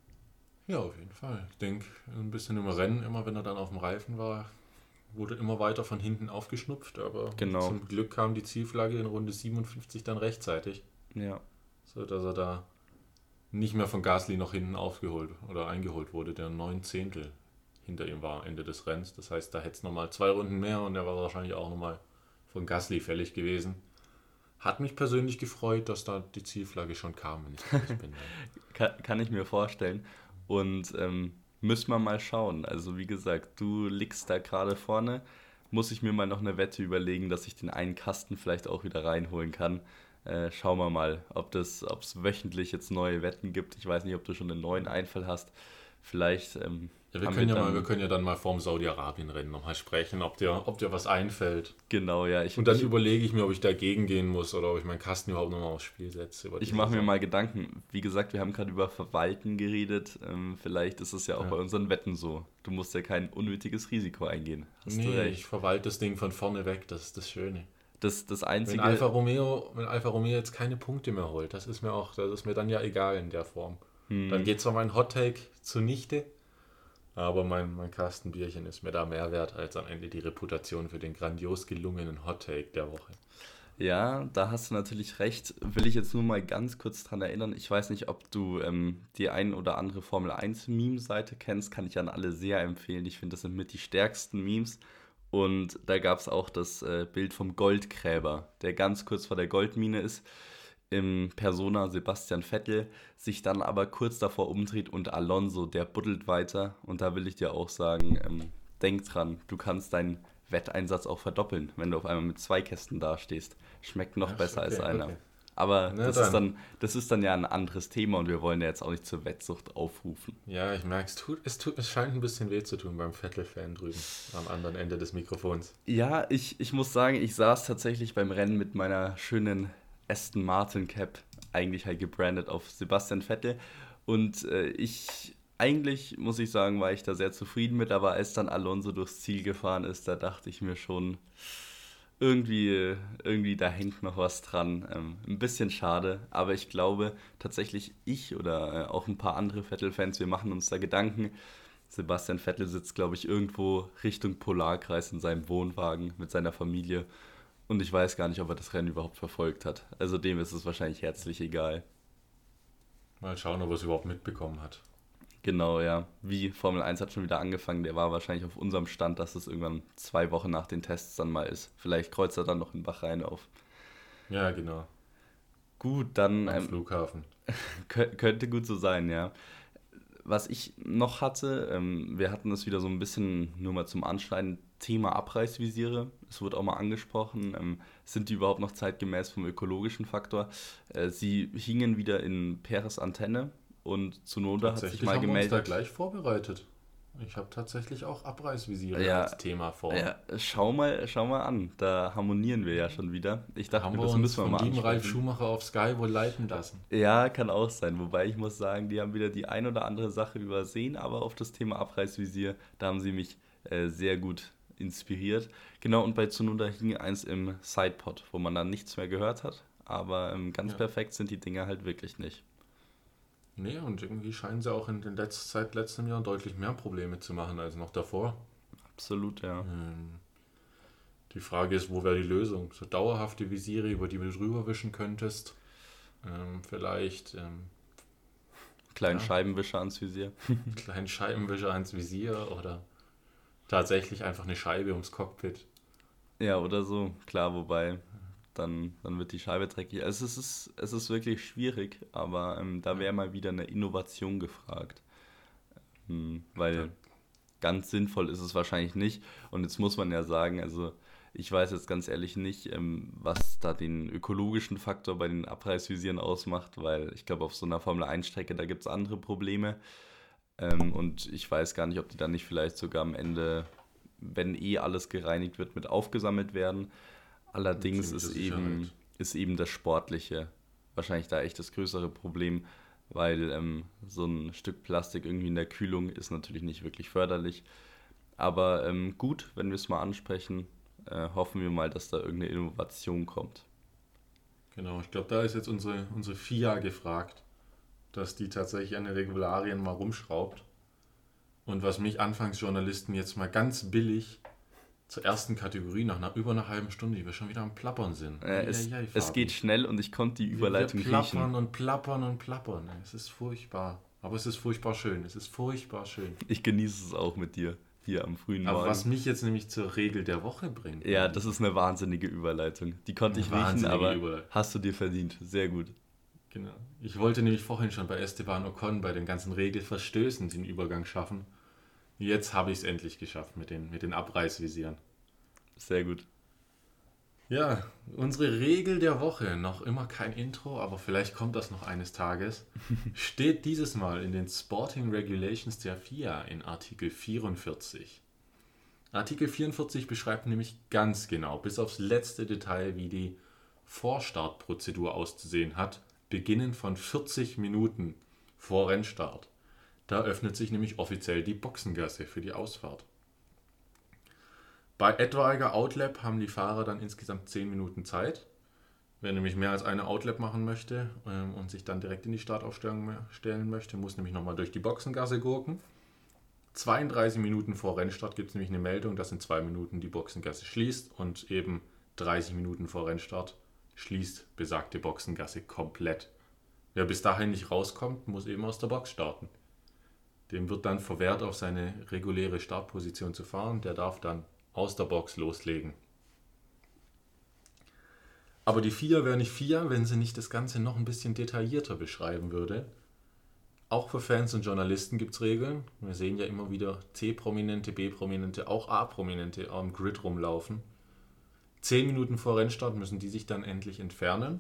ja, auf jeden Fall. Ich denke, ein bisschen im Rennen, immer wenn er dann auf dem Reifen war, wurde immer weiter von hinten aufgeschnupft. Aber Genau. zum Glück kam die Zielflagge in Runde siebenundfünfzig dann rechtzeitig, Ja, so dass er da nicht mehr von Gasly noch hinten aufgeholt oder eingeholt wurde, der neun Zehntel hinter ihm war Ende des Rennens. Das heißt, da hätte es nochmal zwei Runden mehr und er war wahrscheinlich auch nochmal von Gasly fällig gewesen. Hat mich persönlich gefreut, dass da die Zielflagge schon kam, wenn ich ehrlich bin. kann, kann ich mir vorstellen. Und ähm, müssen wir mal schauen. Also wie gesagt, du liegst da gerade vorne. Muss ich mir mal noch eine Wette überlegen, dass ich den einen Kasten vielleicht auch wieder reinholen kann. Äh, schauen wir mal, ob das, ob es wöchentlich jetzt neue Wetten gibt. Ich weiß nicht, ob du schon einen neuen Einfall hast. Vielleicht ähm, Ja, wir, haben können ja dann, mal, wir können ja dann mal vorm Saudi-Arabien-Rennen nochmal sprechen, ob dir, ob dir was einfällt. Genau, ja. Ich, Und dann ich, überlege ich mir, ob ich dagegen gehen muss oder ob ich meinen Kasten überhaupt nochmal aufs Spiel setze. über die Ich mache mir Saison. mal Gedanken. Wie gesagt, wir haben gerade über Verwalten geredet. Ähm, vielleicht ist es ja auch Ja. bei unseren Wetten so. Du musst ja kein unnötiges Risiko eingehen. Hast du Nee, recht. ich verwalte das Ding von vorne weg, das ist das Schöne. Das, das Wenn einzige. Alfa Romeo, wenn Alfa Romeo jetzt keine Punkte mehr holt, das ist mir auch, das ist mir dann ja egal in der Form. Hm, Dann geht zwar mein Hot-Take zunichte, aber mein, mein Kastenbierchen ist mir da mehr wert als am Ende die Reputation für den grandios gelungenen Hot-Take der Woche. ja, da hast du natürlich recht. Will ich jetzt nur mal ganz kurz dran erinnern. Ich weiß nicht, ob du ähm, die ein oder andere Formel eins Meme-Seite kennst. Kann ich an alle sehr empfehlen. Ich finde, das sind mit die stärksten Memes. Und da gab es auch das äh, Bild vom Goldgräber, der ganz kurz vor der Goldmine ist, im Persona Sebastian Vettel, sich dann aber kurz davor umdreht und Alonso, der buddelt weiter. Und da will ich dir auch sagen, ähm, denk dran, du kannst deinen Wetteinsatz auch verdoppeln, wenn du auf einmal mit zwei Kästen dastehst. Schmeckt noch Ja, besser okay, als einer. okay. Aber Na das, dann. ist dann, das ist dann ja ein anderes Thema und wir wollen ja jetzt auch nicht zur Wettsucht aufrufen. Ja, ich merke, es tut, es tut, es scheint ein bisschen weh zu tun beim Vettel-Fan drüben am anderen Ende des Mikrofons. Ja, ich, ich muss sagen, ich saß tatsächlich beim Rennen mit meiner schönen Aston Martin Cap, eigentlich halt gebrandet auf Sebastian Vettel. Und äh, ich, eigentlich muss ich sagen, war ich da sehr zufrieden mit, aber als dann Alonso durchs Ziel gefahren ist, da dachte ich mir schon, irgendwie, äh, irgendwie da hängt noch was dran. Ähm, ein bisschen schade, aber ich glaube tatsächlich ich oder äh, auch ein paar andere Vettel-Fans, wir machen uns da Gedanken. Sebastian Vettel sitzt, glaube ich, irgendwo Richtung Polarkreis in seinem Wohnwagen mit seiner Familie. Und ich weiß gar nicht, ob er das Rennen überhaupt verfolgt hat. Also dem ist es wahrscheinlich herzlich egal. Mal schauen, ob er es überhaupt mitbekommen hat. Genau, ja. Wie Formel eins hat schon wieder angefangen, der war wahrscheinlich auf unserem Stand, dass es irgendwann zwei Wochen nach den Tests dann mal ist. Vielleicht kreuzt er dann noch in Bahrain auf. Ja, genau. Gut, dann Am ähm, Flughafen. kö- könnte gut so sein, ja. Was ich noch hatte, ähm, wir hatten das wieder so ein bisschen nur mal zum Anschneiden, Thema Abreißvisiere. Es wurde auch mal angesprochen, ähm, sind die überhaupt noch zeitgemäß vom ökologischen Faktor? Äh, sie hingen wieder in Peres Antenne und Tsunoda hat sich Tatsächlich mal haben wir uns da gemeldet. gleich vorbereitet. Ich habe tatsächlich auch Abreißvisiere Ja, als Thema vor. ja, schau mal, schau mal an, da harmonieren wir ja schon wieder. Ich dachte Haben mir, wir das uns müssen wir von mal lieben Ralf ansprechen. Schumacher auf Sky wohl leiten lassen. Ja, kann auch sein. Wobei ich muss sagen, die haben wieder die ein oder andere Sache übersehen, aber auf das Thema Abreißvisier, da haben sie mich äh, sehr gut inspiriert. Genau, und bei Tsunoda hing eins im Sidepod, wo man dann nichts mehr gehört hat. Aber ähm, ganz Ja. perfekt sind die Dinger halt wirklich nicht. Nee, und irgendwie scheinen sie auch in den letzten, seit letztem Jahr deutlich mehr Probleme zu machen als noch davor. Absolut, ja. Ähm, die Frage ist, wo wäre die Lösung? So dauerhafte Visiere, über die du drüber wischen könntest. Ähm, vielleicht ähm, Kleinen Ja. Scheibenwischer ans Visier. einen kleinen Scheibenwischer ans Visier oder tatsächlich einfach eine Scheibe ums Cockpit. Ja, oder so, klar, wobei dann, dann wird die Scheibe dreckig. Also es ist, es ist wirklich schwierig, aber ähm, da wäre mal wieder eine Innovation gefragt. Ähm, weil Ja. ganz sinnvoll ist es wahrscheinlich nicht. Und jetzt muss man ja sagen, also ich weiß jetzt ganz ehrlich nicht, ähm, was da den ökologischen Faktor bei den Abreißvisieren ausmacht, weil ich glaube, auf so einer Formel eins Strecke, da gibt es andere Probleme. Ähm, und ich weiß gar nicht, ob die dann nicht vielleicht sogar am Ende, wenn eh alles gereinigt wird, mit aufgesammelt werden. Allerdings Ziemliche ist eben, Sicherheit. ist eben das Sportliche wahrscheinlich da echt das größere Problem, weil ähm, so ein Stück Plastik irgendwie in der Kühlung ist natürlich nicht wirklich förderlich. Aber ähm, gut, wenn wir es mal ansprechen, äh, hoffen wir mal, dass da irgendeine Innovation kommt. Genau, ich glaube, da ist jetzt unsere, unsere F I A gefragt, dass die tatsächlich an den Regularien mal rumschraubt. Und was mich Anfangsjournalisten jetzt mal ganz billig zur ersten Kategorie nach einer, über einer halben Stunde, die wir schon wieder am Plappern sind. Äh, es, Eieiei, es Fabi. geht schnell und ich konnte die Überleitung wir, wir plappern riechen. und plappern und plappern. Es ist furchtbar. Aber es ist furchtbar schön. Es ist furchtbar schön. Ich genieße es auch mit dir hier am frühen Aber Morgen. was mich jetzt nämlich zur Regel der Woche bringt. Ja, das ist eine wahnsinnige Überleitung. Die konnte Eine ich riechen, wahnsinnige aber Überleitung. hast du dir verdient. Sehr gut. Genau. Ich wollte nämlich vorhin schon bei Esteban Ocon bei den ganzen Regelverstößen den Übergang schaffen. Jetzt habe ich es endlich geschafft mit den, mit den Abreißvisieren. Sehr gut. Ja, unsere Regel der Woche, noch immer kein Intro, aber vielleicht kommt das noch eines Tages, steht dieses Mal in den Sporting Regulations der F I A in Artikel vierundvierzig. Artikel vierundvierzig beschreibt nämlich ganz genau, bis aufs letzte Detail, wie die Vorstartprozedur auszusehen hat, beginnend von vierzig Minuten vor Rennstart. Da öffnet sich nämlich offiziell die Boxengasse für die Ausfahrt. Bei etwaiger Outlap haben die Fahrer dann insgesamt zehn Minuten Zeit. Wer nämlich mehr als eine Outlap machen möchte ähm, und sich dann direkt in die Startaufstellung stellen möchte, muss nämlich nochmal durch die Boxengasse gurken. zweiunddreißig Minuten vor Rennstart gibt es nämlich eine Meldung, dass in zwei Minuten die Boxengasse schließt und eben dreißig Minuten vor Rennstart schließt besagte Boxengasse komplett. Wer bis dahin nicht rauskommt, muss eben aus der Box starten. Dem wird dann verwehrt, auf seine reguläre Startposition zu fahren. Der darf dann aus der Box loslegen. Aber die F I A wäre nicht F I A, wenn sie nicht das Ganze noch ein bisschen detaillierter beschreiben würde. Auch für Fans und Journalisten gibt es Regeln. Wir sehen ja immer wieder C-Prominente, B-Prominente, auch A-Prominente am Grid rumlaufen. Zehn Minuten vor Rennstart müssen die sich dann endlich entfernen.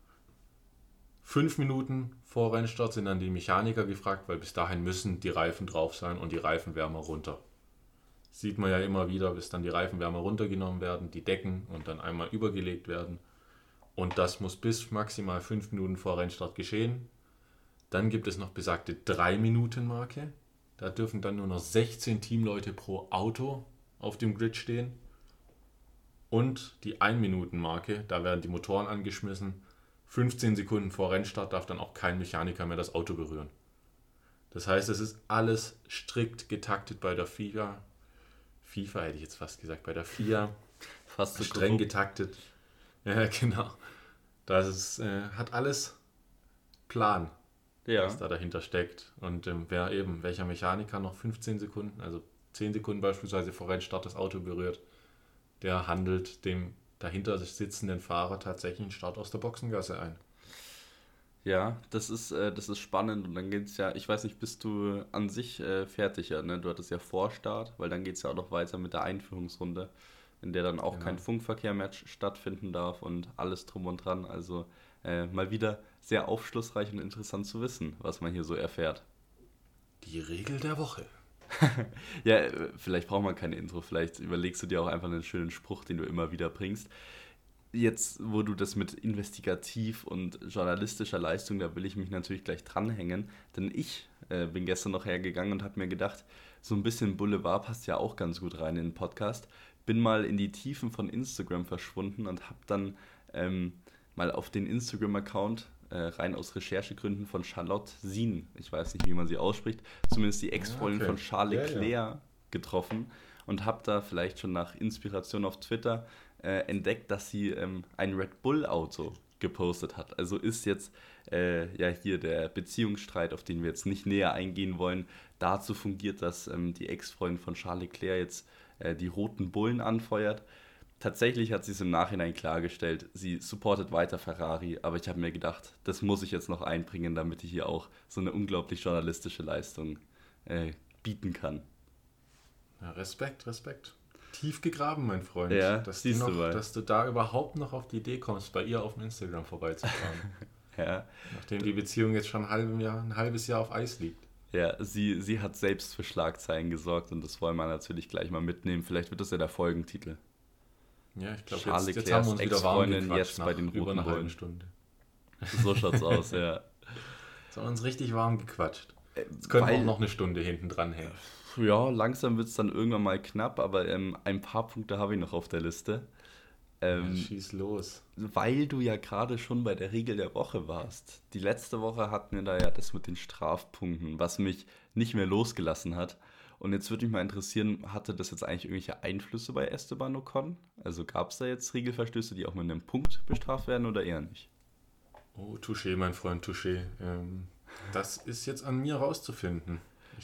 Fünf Minuten vor Rennstart sind dann die Mechaniker gefragt, weil bis dahin müssen die Reifen drauf sein und die Reifenwärmer runter. Sieht man ja immer wieder, bis dann die Reifenwärmer runtergenommen werden, die Decken und dann einmal übergelegt werden. Und das muss bis maximal fünf Minuten vor Rennstart geschehen. Dann gibt es noch besagte drei Minuten Marke. Da dürfen dann nur noch sechzehn Teamleute pro Auto auf dem Grid stehen. Und die ein Minuten Marke, da werden die Motoren angeschmissen. fünfzehn Sekunden vor Rennstart darf dann auch kein Mechaniker mehr das Auto berühren. Das heißt, es ist alles strikt getaktet bei der FIFA. FIFA hätte ich jetzt fast gesagt, bei der F I A. Fast so Streng grob. getaktet. Ja, genau. Das ist, äh, hat alles Plan. Ja. was da dahinter steckt. Und ähm, wer eben, welcher Mechaniker noch fünfzehn Sekunden, also zehn Sekunden beispielsweise vor Rennstart das Auto berührt, der handelt dem dahinter sitzenden Fahrer tatsächlich einen Start aus der Boxengasse ein. Ja, das ist, äh, das ist spannend und dann geht's ja, ich weiß nicht, bist du an sich äh, fertig, ja, ne? Du hattest ja Vorstart, weil dann geht's ja auch noch weiter mit der Einführungsrunde, in der dann auch Genau. kein Funkverkehr mehr stattfinden darf und alles drum und dran. Also äh, mal wieder sehr aufschlussreich und interessant zu wissen, was man hier so erfährt. Die Regel der Woche. Ja, äh, vielleicht braucht man kein Intro, vielleicht überlegst du dir auch einfach einen schönen Spruch, den du immer wieder bringst. Jetzt, wo du das mit investigativ und journalistischer Leistung, da will ich mich natürlich gleich dranhängen, denn ich äh, bin gestern noch hergegangen und habe mir gedacht, so ein bisschen Boulevard passt ja auch ganz gut rein in den Podcast. Bin mal in die Tiefen von Instagram verschwunden und habe dann ähm, mal auf den Instagram-Account äh, rein aus Recherchegründen von Charlotte Sien, ich weiß nicht, wie man sie ausspricht, zumindest die Ex-Freundin Okay. von Charles Ja, Leclerc ja. getroffen und habe da vielleicht schon nach Inspiration auf Twitter äh, entdeckt, dass sie ähm, ein Red Bull-Auto gepostet hat. Also ist jetzt äh, ja hier der Beziehungsstreit, auf den wir jetzt nicht näher eingehen wollen, dazu fungiert, dass ähm, die Ex-Freundin von Charles Leclerc jetzt äh, die roten Bullen anfeuert. Tatsächlich hat sie es im Nachhinein klargestellt, sie supportet weiter Ferrari, aber ich habe mir gedacht, das muss ich jetzt noch einbringen, damit ich hier auch so eine unglaublich journalistische Leistung äh, bieten kann. Ja, Respekt, Respekt. Tief gegraben, mein Freund. Ja, dass, die siehst du noch, mal. dass du da überhaupt noch auf die Idee kommst, bei ihr auf dem Instagram vorbeizufahren. Ja, Nachdem die Beziehung jetzt schon ein, halbes Jahr, ein halbes Jahr auf Eis liegt. ja sie, sie hat selbst für Schlagzeilen gesorgt und das wollen wir natürlich gleich mal mitnehmen. Vielleicht wird das ja der Folgentitel. Ja, ich glaube, Charles jetzt, jetzt Leclercs haben wir uns wieder warm Ex-Freundin gequatscht jetzt bei nach den über Roten einer halben Bullen. Stunde. So schaut's aus, ja. Jetzt haben wir uns richtig warm gequatscht. Jetzt können wir Weil- auch noch eine Stunde hinten dran hängen. Ja, langsam wird es dann irgendwann mal knapp, aber ähm, ein paar Punkte habe ich noch auf der Liste. Ähm, Ja, schieß los. Weil du ja gerade schon bei der Regel der Woche warst. Die letzte Woche hatten wir da ja das mit den Strafpunkten, was mich nicht mehr losgelassen hat. Und jetzt würde mich mal interessieren, hatte das jetzt eigentlich irgendwelche Einflüsse bei Esteban Ocon? Also gab es da jetzt Regelverstöße, die auch mit einem Punkt bestraft werden oder eher nicht? Oh, touché, mein Freund, touché. Ähm, das ist jetzt an mir rauszufinden. Ich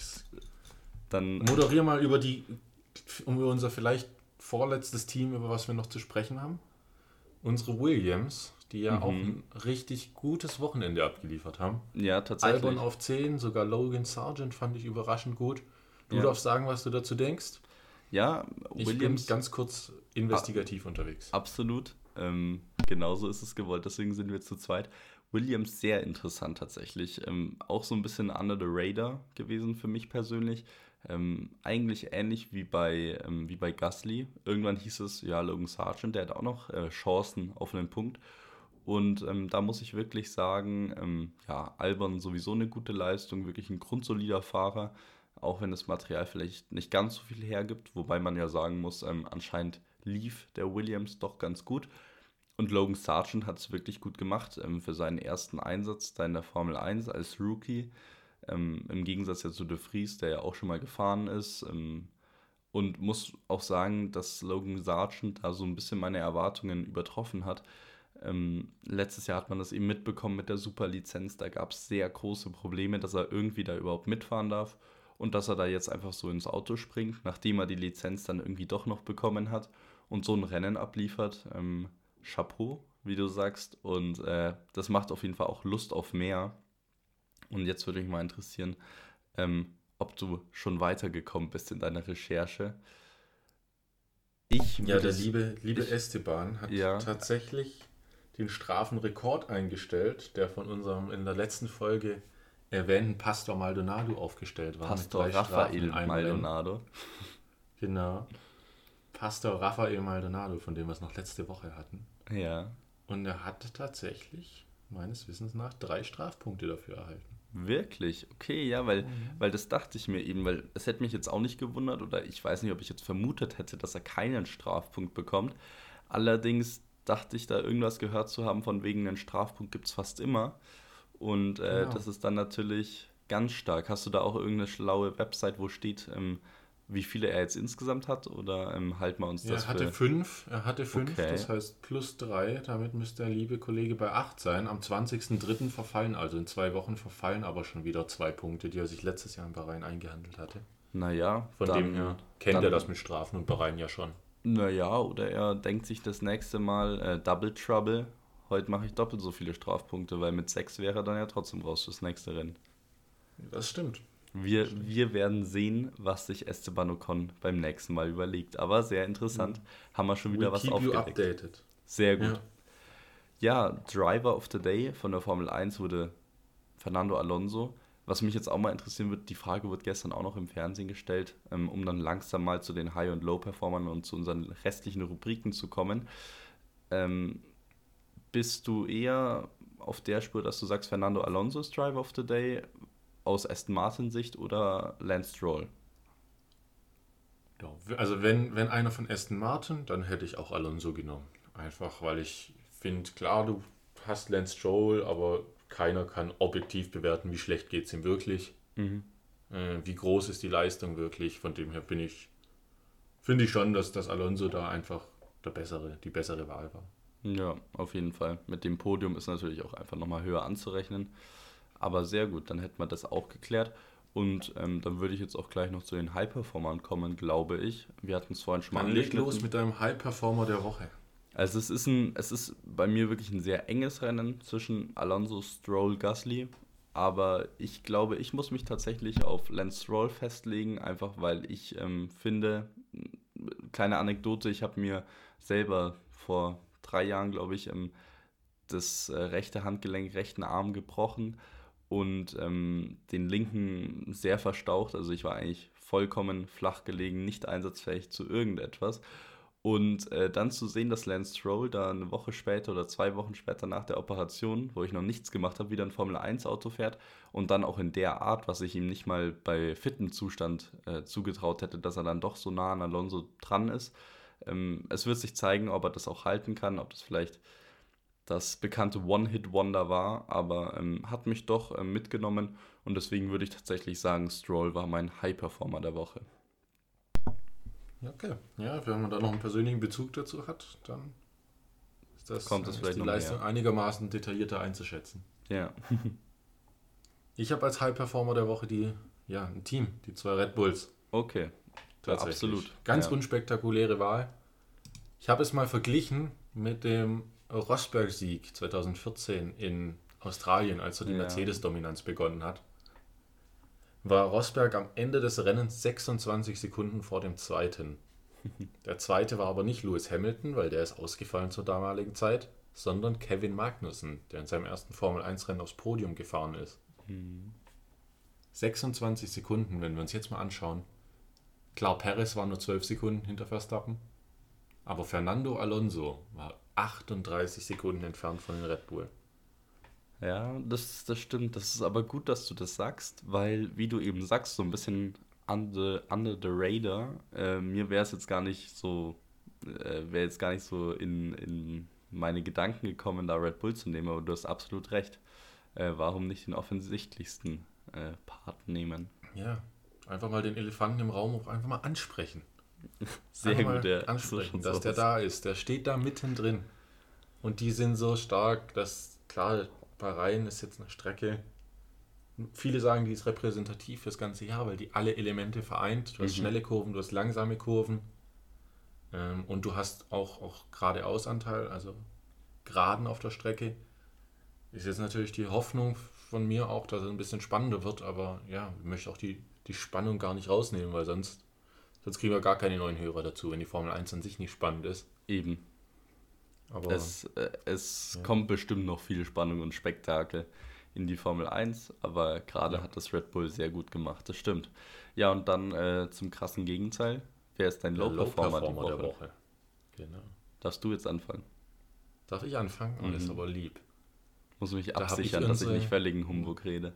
Dann moderiere mal über die, um über unser vielleicht vorletztes Team, über was wir noch zu sprechen haben. Unsere Williams, die ja Mhm. auch ein richtig gutes Wochenende abgeliefert haben. ja, tatsächlich. Albon auf zehn, sogar Logan Sargent fand ich überraschend gut. Du Ja. darfst sagen, was du dazu denkst. Ja, Ich Williams. bin ganz kurz investigativ unterwegs. Absolut. Ähm, genauso ist es gewollt, deswegen sind wir zu zweit. Williams sehr interessant tatsächlich. Ähm, auch so ein bisschen under the radar gewesen für mich persönlich. Ähm, eigentlich ähnlich wie bei, ähm, wie bei Gasly. Irgendwann hieß es, ja, Logan Sargent, der hat auch noch äh, Chancen auf einen Punkt. Und ähm, da muss ich wirklich sagen, ähm, ja, Albon sowieso eine gute Leistung, wirklich ein grundsolider Fahrer, auch wenn das Material vielleicht nicht ganz so viel hergibt, wobei man ja sagen muss, ähm, anscheinend lief der Williams doch ganz gut. Und Logan Sargent hat es wirklich gut gemacht ähm, für seinen ersten Einsatz da in der Formel eins als Rookie. Ähm, Im Gegensatz ja zu De Vries, der ja auch schon mal gefahren ist. Ähm, und muss auch sagen, dass Logan Sargent da so ein bisschen meine Erwartungen übertroffen hat. Ähm, letztes Jahr hat man das eben mitbekommen mit der Superlizenz. Da gab es sehr große Probleme, dass er irgendwie da überhaupt mitfahren darf. Und dass er da jetzt einfach so ins Auto springt, nachdem er die Lizenz dann irgendwie doch noch bekommen hat und so ein Rennen abliefert. Ähm, Chapeau, wie du sagst. Und äh, das macht auf jeden Fall auch Lust auf mehr. Und jetzt würde mich mal interessieren, ähm, ob du schon weitergekommen bist in deiner Recherche. Ich Ja, würde der es- liebe, liebe ich- Esteban hat Ja. tatsächlich den Strafenrekord eingestellt, der von unserem in der letzten Folge erwähnten Pastor Maldonado aufgestellt war. mit Pastor drei Strafen Rafael in einem Rennen. Maldonado. Genau. Pastor Rafael Maldonado, von dem wir es noch letzte Woche hatten. Ja, Und er hatte tatsächlich, meines Wissens nach, drei Strafpunkte dafür erhalten. wirklich? Okay, ja, weil, weil das dachte ich mir eben, weil es hätte mich jetzt auch nicht gewundert oder ich weiß nicht, ob ich jetzt vermutet hätte, dass er keinen Strafpunkt bekommt. Allerdings dachte ich da irgendwas gehört zu haben, von wegen einen Strafpunkt gibt es fast immer. Und äh, Genau. das ist dann natürlich ganz stark. Hast du da auch irgendeine schlaue Website, wo steht, ähm, wie viele er jetzt insgesamt hat, oder ähm, halten wir uns Ja, das er hatte für... fünf, er hatte fünf, Okay. das heißt plus drei, damit müsste der liebe Kollege bei acht sein. Am zwanzigsten dritten verfallen, also in zwei Wochen verfallen aber schon wieder zwei Punkte, die er sich letztes Jahr in Bahrain eingehandelt hatte. Naja, Von dann, dem her kennt dann, er das mit Strafen und Bahrain ja schon. Naja, oder er denkt sich das nächste Mal äh, Double Trouble. Heute mache ich doppelt so viele Strafpunkte, weil mit sechs wäre er dann ja trotzdem raus fürs nächste Rennen. Das stimmt. Wir, wir werden sehen, was sich Esteban Ocon beim nächsten Mal überlegt. Aber sehr interessant. Haben wir schon wieder We'll was keep you aufgedeckt. updated. Sehr gut. Ja. Ja, Driver of the Day von der Formel eins wurde Fernando Alonso. Was mich jetzt auch mal interessieren wird, die Frage wird gestern auch noch im Fernsehen gestellt, ähm, um dann langsam mal zu den High- und Low-Performern und zu unseren restlichen Rubriken zu kommen. Ähm, bist du eher auf der Spur, dass du sagst, Fernando Alonso ist Driver of the Day aus Aston Martin Sicht oder Lance Stroll? Ja, also wenn, wenn einer von Aston Martin, dann hätte ich auch Alonso genommen. Einfach weil ich finde, klar, du hast Lance Stroll, aber keiner kann objektiv bewerten, wie schlecht geht es ihm wirklich. Mhm. Äh, wie groß ist die Leistung wirklich. Von dem her bin ich, finde ich schon, dass das Alonso da einfach der bessere, die bessere Wahl war. Ja, auf jeden Fall. Mit dem Podium ist natürlich auch einfach nochmal höher anzurechnen. Aber sehr gut, dann hätten wir das auch geklärt. Und ähm, dann würde ich jetzt auch gleich noch zu den High-Performern kommen, glaube ich. Wir hatten es vorhin schon mal Dann leg angeschnitten. los mit deinem High-Performer der Woche. Also es ist, ein, es ist bei mir wirklich ein sehr enges Rennen zwischen Alonso, Stroll, Gasly. Aber ich glaube, ich muss mich tatsächlich auf Lance Stroll festlegen, einfach weil ich ähm, finde, kleine Anekdote, ich habe mir selber vor drei Jahren, glaube ich, ähm, das äh, rechte Handgelenk, rechten Arm gebrochen und ähm, den linken sehr verstaucht. Also ich war eigentlich vollkommen flach gelegen, nicht einsatzfähig zu irgendetwas. Und äh, dann zu sehen, dass Lance Stroll da eine Woche später oder zwei Wochen später nach der Operation, wo ich noch nichts gemacht habe, wieder ein Formel eins Auto fährt und dann auch in der Art, was ich ihm nicht mal bei fitem Zustand äh, zugetraut hätte, dass er dann doch so nah an Alonso dran ist. Ähm, es wird sich zeigen, ob er das auch halten kann, ob das vielleicht das bekannte One-Hit-Wonder war, aber ähm, hat mich doch ähm, mitgenommen und deswegen würde ich tatsächlich sagen, Stroll war mein High-Performer der Woche. Okay. Ja, wenn man da noch einen persönlichen Bezug dazu hat, dann ist, das, Kommt das ist vielleicht die noch Leistung mehr. einigermaßen detaillierter einzuschätzen. Ja. Ich habe als High-Performer der Woche die, ja, ein Team, die zwei Red Bulls. Okay. Tatsächlich. Absolut. Ganz Ja. unspektakuläre Wahl. Ich habe es mal verglichen mit dem Rosberg-Sieg zwanzig vierzehn in Australien, als er die Ja. Mercedes-Dominanz begonnen hat. War Rosberg am Ende des Rennens sechsundzwanzig Sekunden vor dem Zweiten. Der Zweite war aber nicht Lewis Hamilton, weil der ist ausgefallen zur damaligen Zeit, sondern Kevin Magnussen, der in seinem ersten Formel eins Rennen aufs Podium gefahren ist. Mhm. sechsundzwanzig Sekunden, wenn wir uns jetzt mal anschauen. Klar, Perez war nur zwölf Sekunden hinter Verstappen, aber Fernando Alonso war achtunddreißig Sekunden entfernt von den Red Bull. Ja, das, das stimmt. Das ist aber gut, dass du das sagst, weil, wie du eben sagst, so ein bisschen under, under the radar, äh, mir wäre es jetzt gar nicht so, äh, wäre jetzt gar nicht so in, in meine Gedanken gekommen, da Red Bull zu nehmen, aber du hast absolut recht. Äh, warum nicht den offensichtlichsten äh, Part nehmen? Ja, einfach mal den Elefanten im Raum auch einfach mal ansprechen. Sehr Einfach gut, mal ja. ansprechen, So dass der aus. da ist. Der steht da mittendrin. Und die sind so stark, dass, klar, Bahrain ist jetzt eine Strecke. Viele sagen, die ist repräsentativ fürs ganze Jahr, weil die alle Elemente vereint. Du hast Mhm. schnelle Kurven, du hast langsame Kurven. Ähm, und du hast auch, auch geradeausanteil, also Geraden auf der Strecke. Ist jetzt natürlich die Hoffnung von mir auch, dass es ein bisschen spannender wird, aber ja, ich möchte auch die, die Spannung gar nicht rausnehmen, weil sonst, sonst kriegen wir gar keine neuen Hörer dazu, wenn die Formel eins an sich nicht spannend ist. Eben. Aber Es, äh, es Ja. kommt bestimmt noch viel Spannung und Spektakel in die Formel eins, aber gerade Ja. hat das Red Bull sehr gut gemacht, das stimmt. Ja, und dann äh, zum krassen Gegenteil. Wer ist dein der Low-Performer die Low-Performer Woche? der Woche. Genau. Darfst du jetzt anfangen? Darf ich anfangen? Oh, das ist Mhm. aber lieb. Muss mich Da hab ich absichern, dass ich unsere- nicht völligen Humbug rede.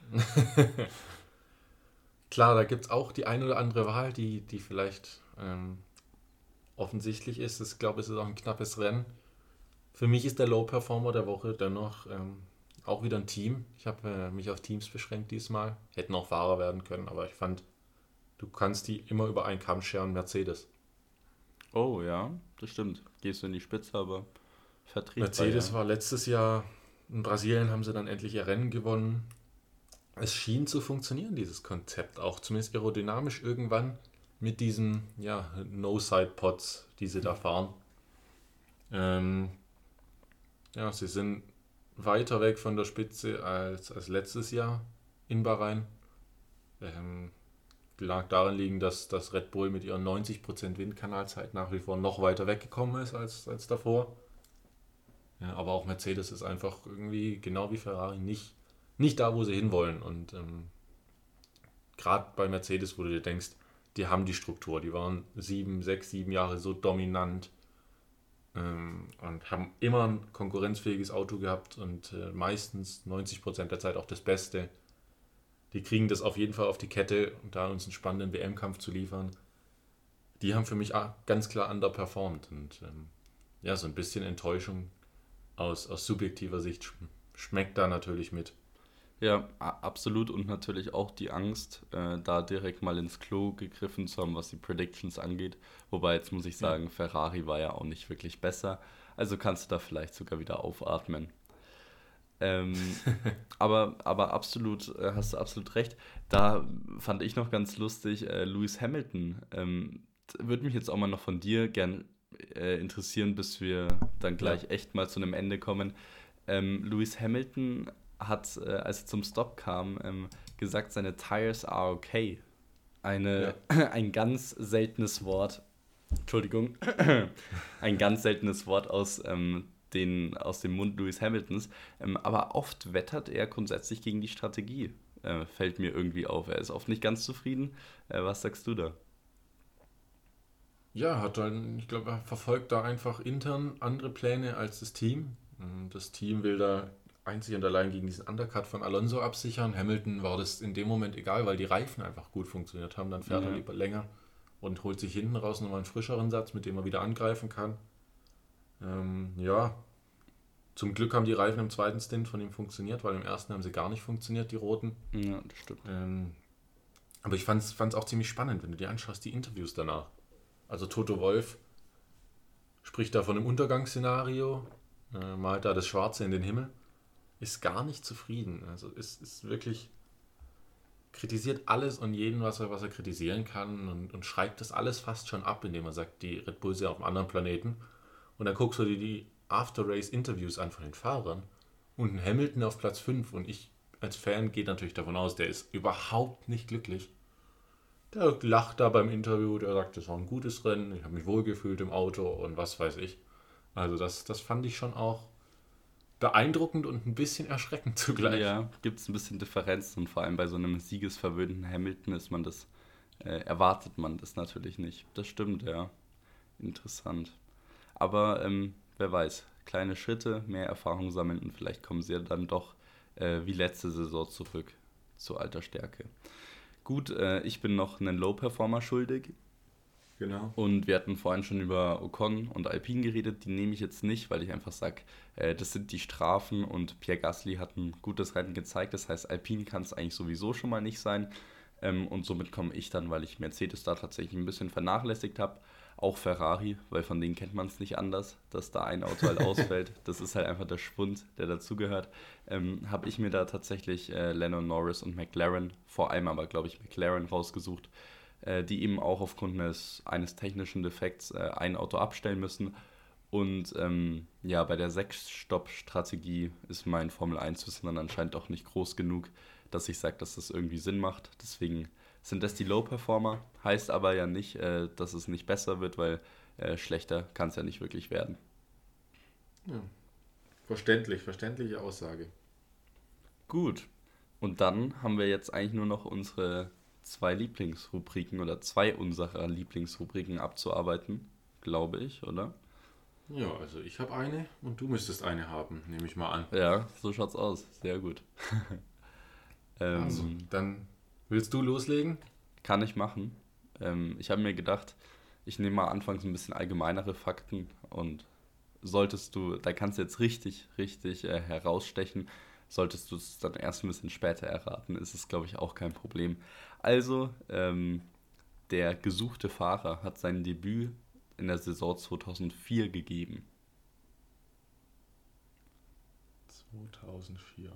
Klar, da gibt es auch die ein oder andere Wahl, die, die vielleicht ähm, offensichtlich ist. Ich glaube, es ist auch ein knappes Rennen. Für mich ist der Low-Performer der Woche dennoch ähm, auch wieder ein Team. Ich habe äh, mich auf Teams beschränkt diesmal. Hätten auch Fahrer werden können, aber ich fand, Du kannst die immer über einen Kamm scheren, Mercedes. Oh ja, das stimmt. Gehst du in die Spitze, aber vertretbar. Mercedes ja. war letztes Jahr, in Brasilien haben sie dann endlich ihr Rennen gewonnen. Es schien zu funktionieren, dieses Konzept, auch zumindest aerodynamisch irgendwann mit diesen ja, No-Side-Pods, die sie da fahren. Ähm, ja, sie sind weiter weg von der Spitze als, als letztes Jahr in Bahrain. Ähm, lag daran liegen, dass das Red Bull mit ihrer neunzig Prozent Windkanalzeit nach wie vor noch weiter weggekommen ist als, als davor. Ja, aber auch Mercedes ist einfach irgendwie, genau wie Ferrari, nicht, nicht da, wo sie hinwollen. Und ähm, gerade bei Mercedes, wo du dir denkst, die haben die Struktur, die waren sieben, sechs, sieben Jahre so dominant ähm, und haben immer ein konkurrenzfähiges Auto gehabt und äh, meistens neunzig Prozent der Zeit auch das Beste. Die kriegen das auf jeden Fall auf die Kette, um da uns einen spannenden W M-Kampf zu liefern. Die haben für mich ganz klar underperformed. Und ähm, ja, so ein bisschen Enttäuschung aus, aus subjektiver Sicht sch- schmeckt da natürlich mit. Ja, a- absolut. Und natürlich auch die Angst, äh, da direkt mal ins Klo gegriffen zu haben, was die Predictions angeht. Wobei, jetzt muss ich sagen, Ferrari war ja auch nicht wirklich besser. Also kannst du da vielleicht sogar wieder aufatmen. Ähm, aber, aber absolut, äh, hast du absolut recht. Da fand ich noch ganz lustig, äh, Lewis Hamilton. Ähm, würde mich jetzt auch mal noch von dir gern äh, interessieren, bis wir dann gleich Ja. echt mal zu einem Ende kommen. Ähm, Lewis Hamilton hat, äh, als er zum Stop kam, ähm, gesagt, seine Tires are okay. Eine, ein ganz seltenes Wort. Entschuldigung. Ein ganz seltenes Wort aus, ähm, den, aus dem Mund Lewis Hamiltons. Ähm, aber oft wettert er grundsätzlich gegen die Strategie. Äh, fällt mir irgendwie auf. Er ist oft nicht ganz zufrieden. Äh, was sagst du da? Ja, hat dann, ich glaube, er verfolgt da einfach intern andere Pläne als das Team. Und das Team will da einzig und allein gegen diesen Undercut von Alonso absichern. Hamilton war das in dem Moment egal, weil die Reifen einfach gut funktioniert haben. Dann fährt er Ja. lieber länger und holt sich hinten raus nochmal einen frischeren Satz, mit dem er wieder angreifen kann. Ähm, ja, zum Glück haben die Reifen im zweiten Stint von ihm funktioniert, weil im ersten haben sie gar nicht funktioniert, die roten. Ja, das stimmt. Ähm, aber ich fand es auch ziemlich spannend, wenn du dir anschaust, die Interviews danach. Also Toto Wolff spricht da von einem Untergangsszenario, äh, malt da das Schwarze in den Himmel, ist gar nicht zufrieden. Also ist, ist wirklich, kritisiert alles und jeden, was er, was er kritisieren kann und, und schreibt das alles fast schon ab, indem er sagt, die Red Bulls sind auf einem anderen Planeten. Und dann guckst du dir die After-Race-Interviews an von den Fahrern und ein Hamilton auf Platz fünf und ich als Fan gehe natürlich davon aus, der ist überhaupt nicht glücklich. Der lacht da beim Interview, der sagt, das war ein gutes Rennen, ich habe mich wohlgefühlt im Auto und was weiß ich. Also das, das fand ich schon auch beeindruckend und ein bisschen erschreckend zugleich. Ja, gibt es ein bisschen Differenz und vor allem bei so einem siegesverwöhnten Hamilton ist man das, äh, erwartet man das natürlich nicht. Das stimmt, ja. Interessant. Aber ähm, wer weiß, kleine Schritte, mehr Erfahrung sammeln und vielleicht kommen sie ja dann doch äh, wie letzte Saison zurück zu alter Stärke. Gut, äh, ich bin noch einen Low-Performer schuldig. Genau. Und wir hatten vorhin schon über Ocon und Alpine geredet, die nehme ich jetzt nicht, weil ich einfach sage, äh, das sind die Strafen und Pierre Gasly hat ein gutes Rennen gezeigt, das heißt Alpine kann es eigentlich sowieso schon mal nicht sein ähm, und somit komme ich dann, weil ich Mercedes da tatsächlich ein bisschen vernachlässigt habe, auch Ferrari, weil von denen kennt man es nicht anders, dass da ein Auto halt ausfällt, das ist halt einfach der Schwund, der dazugehört, ähm, habe ich mir da tatsächlich äh, Lando Norris und McLaren, vor allem aber glaube ich McLaren rausgesucht, die eben auch aufgrund eines, eines technischen Defekts äh, ein Auto abstellen müssen. Und ähm, ja, bei der Sechs-Stopp-Strategie ist mein Formel eins Wissen dann anscheinend auch nicht groß genug, dass ich sage, dass das irgendwie Sinn macht. Deswegen sind das die Low-Performer. Heißt aber ja nicht, äh, dass es nicht besser wird, weil äh, schlechter kann es ja nicht wirklich werden. Ja. Verständlich, verständliche Aussage. Gut. Und dann haben wir jetzt eigentlich nur noch unsere zwei Lieblingsrubriken oder zwei unserer Lieblingsrubriken abzuarbeiten, glaube ich, oder? Ja, also ich habe eine und du müsstest eine haben, nehme ich mal an. Ja, so schaut's aus. Sehr gut. ähm, Also, dann willst du loslegen? Kann ich machen. Ähm, ich habe mir gedacht, ich nehme mal anfangs ein bisschen allgemeinere Fakten und solltest du, da kannst du jetzt richtig, richtig äh, herausstechen. Solltest du es dann erst ein bisschen später erraten, ist es, glaube ich, auch kein Problem. Also, ähm, der gesuchte Fahrer hat sein Debüt in der Saison zweitausendvier gegeben? zweitausendvier.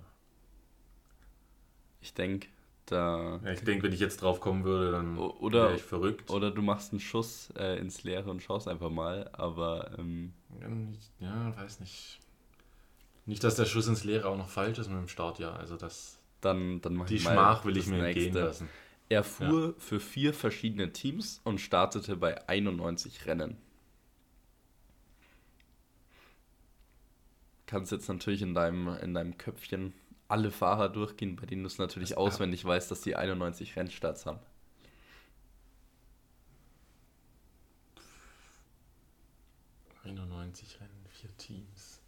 Ich denke, da... Ja, ich denke, wenn ich jetzt drauf kommen würde, dann Oder, wäre ich verrückt. oder du machst einen Schuss äh, ins Leere und schaust einfach mal, aber ähm, Ja, nicht- ja, weiß nicht. Nicht, dass der Schuss ins Leere auch noch falsch ist mit dem Startjahr. Also das, dann, dann mach die ich mal Schmach will ich das mir entgehen nächste. lassen. Er fuhr für vier verschiedene Teams und startete bei einundneunzig Rennen. Kannst jetzt natürlich in deinem, in deinem Köpfchen alle Fahrer durchgehen, bei denen du es natürlich Das- auswendig weißt, dass die einundneunzig Rennstarts haben. einundneunzig Rennen, vier Teams.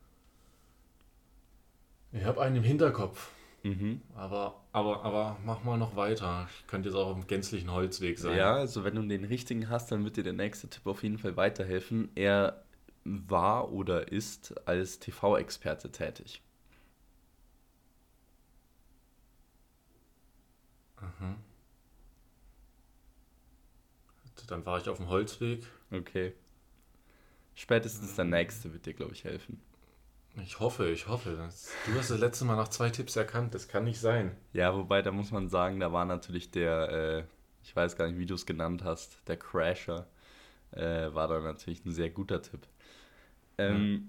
Ich habe einen im Hinterkopf. Mhm. Aber, aber, aber mach mal noch weiter. Ich könnte jetzt auch auf dem gänzlichen Holzweg sein. Ja, also wenn du den richtigen hast, dann wird dir der nächste Tipp auf jeden Fall weiterhelfen. Er war oder ist als T V-Experte tätig. Mhm. Dann war ich auf dem Holzweg. Okay. Spätestens der nächste wird dir, glaube ich, helfen. Ich hoffe, ich hoffe. Das, du hast das letzte Mal nach zwei Tipps erkannt. Das kann nicht sein. Ja, wobei, da muss man sagen, da war natürlich der, äh, ich weiß gar nicht, wie du es genannt hast, der Crasher, äh, war da natürlich ein sehr guter Tipp. Ähm,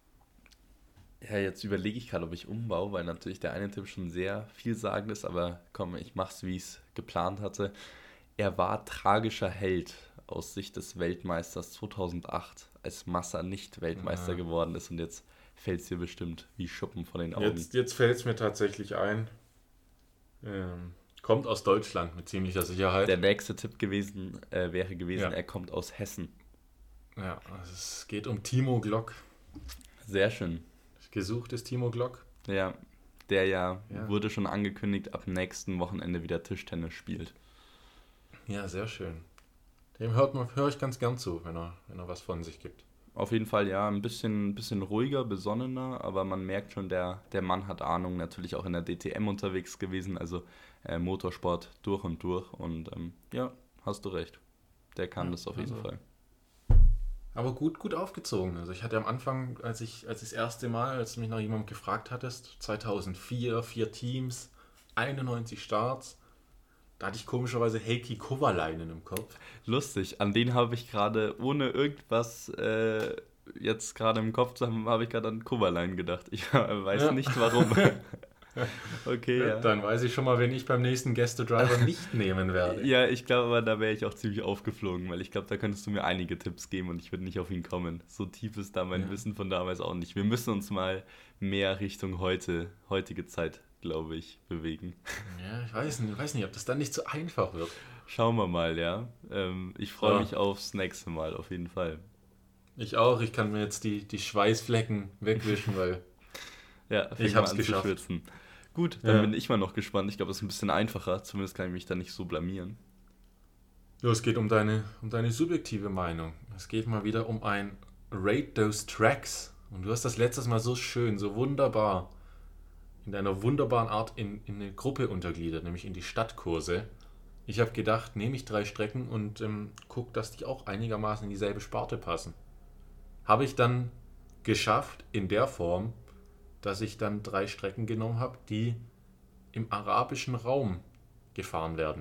ja, jetzt überlege ich gerade, ob ich umbaue, weil natürlich der eine Tipp schon sehr vielsagend ist, aber komm, ich mach's, wie ich es geplant hatte. Er war tragischer Held aus Sicht des Weltmeisters zweitausendacht, als Massa nicht Weltmeister Ja. geworden ist, und jetzt fällt es dir bestimmt wie Schuppen von den Augen. Jetzt, jetzt fällt es mir tatsächlich ein. Ähm, kommt aus Deutschland mit ziemlicher Sicherheit. Der nächste Tipp gewesen äh, wäre gewesen, Ja. er kommt aus Hessen. Ja, also es geht um Timo Glock. Sehr schön. Gesucht ist Timo Glock. Ja, der ja, Ja. wurde schon angekündigt, ab nächsten Wochenende wieder Tischtennis spielt. Ja, sehr schön. Dem hört man, höre ich ganz gern zu, wenn er, wenn er was von sich gibt. Auf jeden Fall, ja, ein bisschen, bisschen ruhiger, besonnener, aber man merkt schon, der, der Mann hat Ahnung, natürlich auch in der D T M unterwegs gewesen, also äh, Motorsport durch und durch, und ähm, ja, hast du recht. Der kann Ja, das auf jeden also- Fall. Aber gut, gut aufgezogen. Also ich hatte am Anfang, als ich, als ich das erste Mal, als du mich nach jemandem gefragt hattest, zweitausendvier, vier Teams, einundneunzig Starts, da hatte ich komischerweise Heikki Kovalainen im Kopf. Lustig, an den habe ich gerade, ohne irgendwas äh, jetzt gerade im Kopf zu haben, habe ich gerade an Kovalainen gedacht. Ich weiß Ja. nicht warum. Okay, ja. Dann weiß ich schon mal, wen ich beim nächsten Guest the Driver nicht nehmen werde. Ja, ich glaube aber, da wäre ich auch ziemlich aufgeflogen, weil ich glaube, da könntest du mir einige Tipps geben und ich würde nicht auf ihn kommen. So tief ist da mein Ja. Wissen von damals auch nicht. Wir müssen uns mal mehr Richtung heute, heutige Zeit, glaube ich, bewegen. Ja, ich weiß nicht, ich weiß nicht, ob das dann nicht so einfach wird. Schauen wir mal, ja. Ähm, ich freue Ja. mich aufs nächste Mal, auf jeden Fall. Ich auch, ich kann mir jetzt die, die Schweißflecken wegwischen, weil Ja, fängt Ich mal hab's an geschafft. zu schwitzen. Gut, dann Ja. bin ich mal noch gespannt. Ich glaube, es ist ein bisschen einfacher. Zumindest kann ich mich da nicht so blamieren. ja, es geht um deine, um deine subjektive Meinung. Es geht mal wieder um ein Rate Those Tracks. Und du hast das letztes Mal so schön, so wunderbar, in deiner wunderbaren Art in, in eine Gruppe untergliedert, nämlich in die Stadtkurse. Ich habe gedacht, nehme ich drei Strecken und ähm, gucke, dass die auch einigermaßen in dieselbe Sparte passen. Habe ich dann geschafft in der Form, dass ich dann drei Strecken genommen habe, die im arabischen Raum gefahren werden.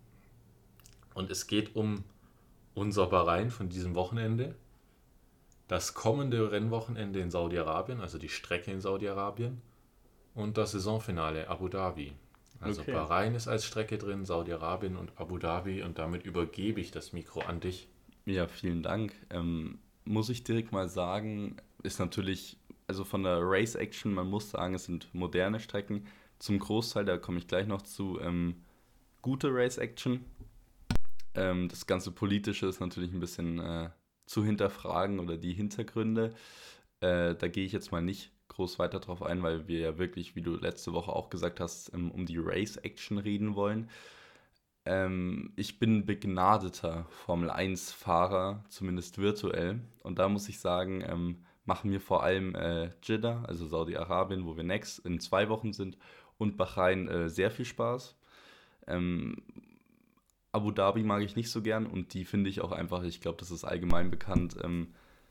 Und es geht um unser Bahrain von diesem Wochenende, das kommende Rennwochenende in Saudi-Arabien, also die Strecke in Saudi-Arabien, und das Saisonfinale Abu Dhabi. Also Okay. Bahrain ist als Strecke drin, Saudi-Arabien und Abu Dhabi, und damit übergebe ich das Mikro an dich. Ja, vielen Dank. Ähm, muss ich direkt mal sagen, ist natürlich, also von der Race-Action, man muss sagen, es sind moderne Strecken. Zum Großteil, da komme ich gleich noch zu, ähm, gute Race-Action. Ähm, das ganze Politische ist natürlich ein bisschen äh, zu hinterfragen, oder die Hintergründe. Äh, da gehe ich jetzt mal nicht groß weiter drauf ein, weil wir ja wirklich, wie du letzte Woche auch gesagt hast, ähm, um die Race-Action reden wollen. Ähm, ich bin begnadeter Formel eins Fahrer, zumindest virtuell. Und da muss ich sagen, ähm, machen mir vor allem äh, Jeddah, also Saudi-Arabien, wo wir next in zwei Wochen sind, und Bahrain äh, sehr viel Spaß. Ähm, Abu Dhabi mag ich nicht so gern und die finde ich auch einfach, ich glaube, das ist allgemein bekannt, ähm,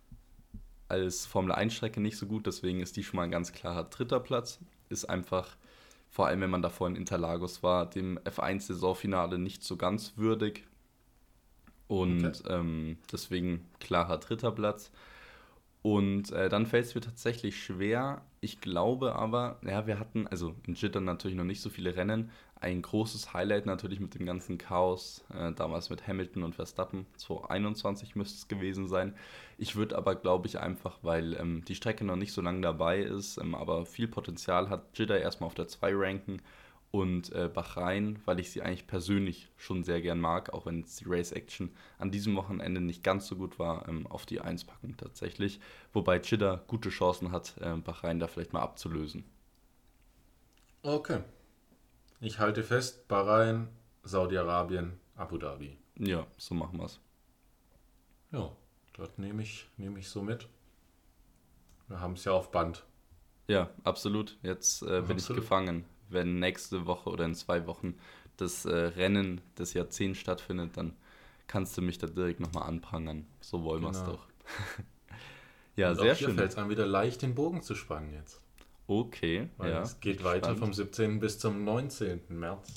als Formel eins Strecke nicht so gut, deswegen ist die schon mal ein ganz klarer dritter Platz. Ist einfach, vor allem wenn man davor in Interlagos war, dem F eins Saisonfinale nicht so ganz würdig und Okay. ähm, deswegen klarer dritter Platz. Und äh, dann fällt es mir tatsächlich schwer. Ich glaube aber, ja, wir hatten, also in Jeddah natürlich noch nicht so viele Rennen. Ein großes Highlight natürlich mit dem ganzen Chaos, äh, damals mit Hamilton und Verstappen. zwanzig einundzwanzig müsste es gewesen sein. Ich würde aber, glaube ich, einfach, weil ähm, die Strecke noch nicht so lange dabei ist, ähm, aber viel Potenzial hat, Jeddah erstmal auf der zwei ranken und äh, Bahrain, weil ich sie eigentlich persönlich schon sehr gern mag, auch wenn jetzt die Race Action an diesem Wochenende nicht ganz so gut war, ähm, auf die eins packen tatsächlich. Wobei Jeddah gute Chancen hat, äh, Bahrain da vielleicht mal abzulösen. Okay. Ich halte fest, Bahrain, Saudi-Arabien, Abu Dhabi. Ja, so machen wir es. Ja, dort nehme ich, nehme ich so mit. Wir haben es ja auf Band. Ja, absolut. Jetzt äh, bin ich Absolut. gefangen. Wenn nächste Woche oder in zwei Wochen das äh, Rennen des Jahrzehnts stattfindet, dann kannst du mich da direkt nochmal anprangern. So wollen wir es Genau. doch. Ja, Und sehr auch hier schön. fällt es an, wieder leicht den Bogen zu spannen jetzt. Okay, Weil ja. es geht bin weiter gespannt. vom siebzehnten bis zum neunzehnten März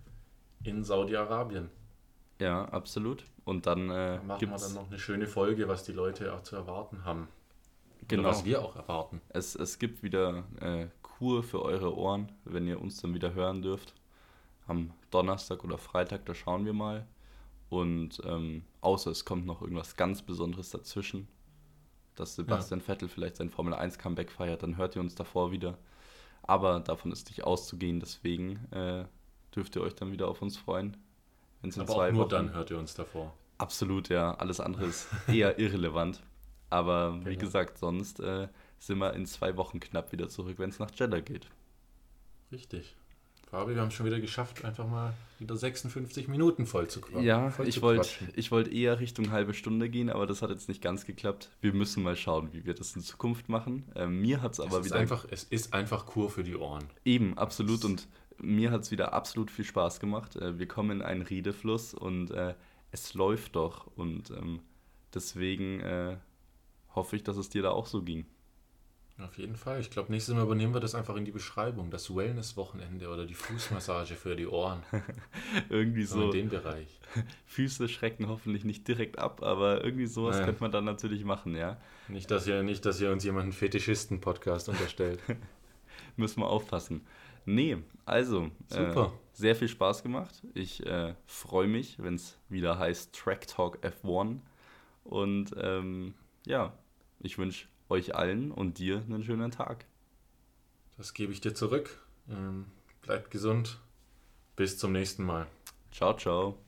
in Saudi-Arabien. Ja, absolut. Und dann äh, Da machen gibt's wir dann noch eine schöne Folge, was die Leute auch zu erwarten haben. genau. Oder was wir auch erwarten. Es, es gibt wieder äh, Kur für eure Ohren, wenn ihr uns dann wieder hören dürft. Am Donnerstag oder Freitag, da schauen wir mal. Und ähm, außer es kommt noch irgendwas ganz Besonderes dazwischen, dass Sebastian Vettel vielleicht sein Formel eins Comeback feiert, dann hört ihr uns davor wieder. Aber davon ist nicht auszugehen, deswegen äh, dürft ihr euch dann wieder auf uns freuen. Wenn es in Aber zwei auch nur Wochen. dann hört ihr uns davor. Absolut, ja. Alles andere ist eher irrelevant. Aber wie Genau. gesagt, sonst äh, sind wir in zwei Wochen knapp wieder zurück, wenn es nach Jeddah geht. Richtig. Fabi, wir haben es schon wieder geschafft, einfach mal wieder sechsundfünfzig Minuten voll zu quatschen. Ja, voll ich zu wollte quatschen. ich wollt eher Richtung halbe Stunde gehen, aber das hat jetzt nicht ganz geklappt. Wir müssen mal schauen, wie wir das in Zukunft machen. Ähm, mir hat es Es aber ist wieder einfach, es ist einfach Kur für die Ohren. eben absolut und mir hat es wieder absolut viel Spaß gemacht. Äh, wir kommen in einen Redefluss und äh, es läuft doch und ähm, deswegen äh, hoffe ich, dass es dir da auch so ging. Auf jeden Fall. Ich glaube, nächstes Mal übernehmen wir das einfach in die Beschreibung. Das Wellness-Wochenende oder die Fußmassage für die Ohren. Irgendwie So in so, den Bereich. Füße schrecken hoffentlich nicht direkt ab, aber irgendwie sowas Naja. könnte man dann natürlich machen, ja. Nicht, dass ihr, nicht, dass ihr uns jemanden Fetischisten-Podcast unterstellt. Müssen wir aufpassen. Nee, also, Super. Äh, sehr viel Spaß gemacht. Ich äh, freue mich, wenn es wieder heißt Track Talk F eins. Und ähm, ja, ich wünsche euch allen und dir einen schönen Tag. Das gebe ich dir zurück. Ähm, bleibt gesund. Bis zum nächsten Mal. Ciao, ciao.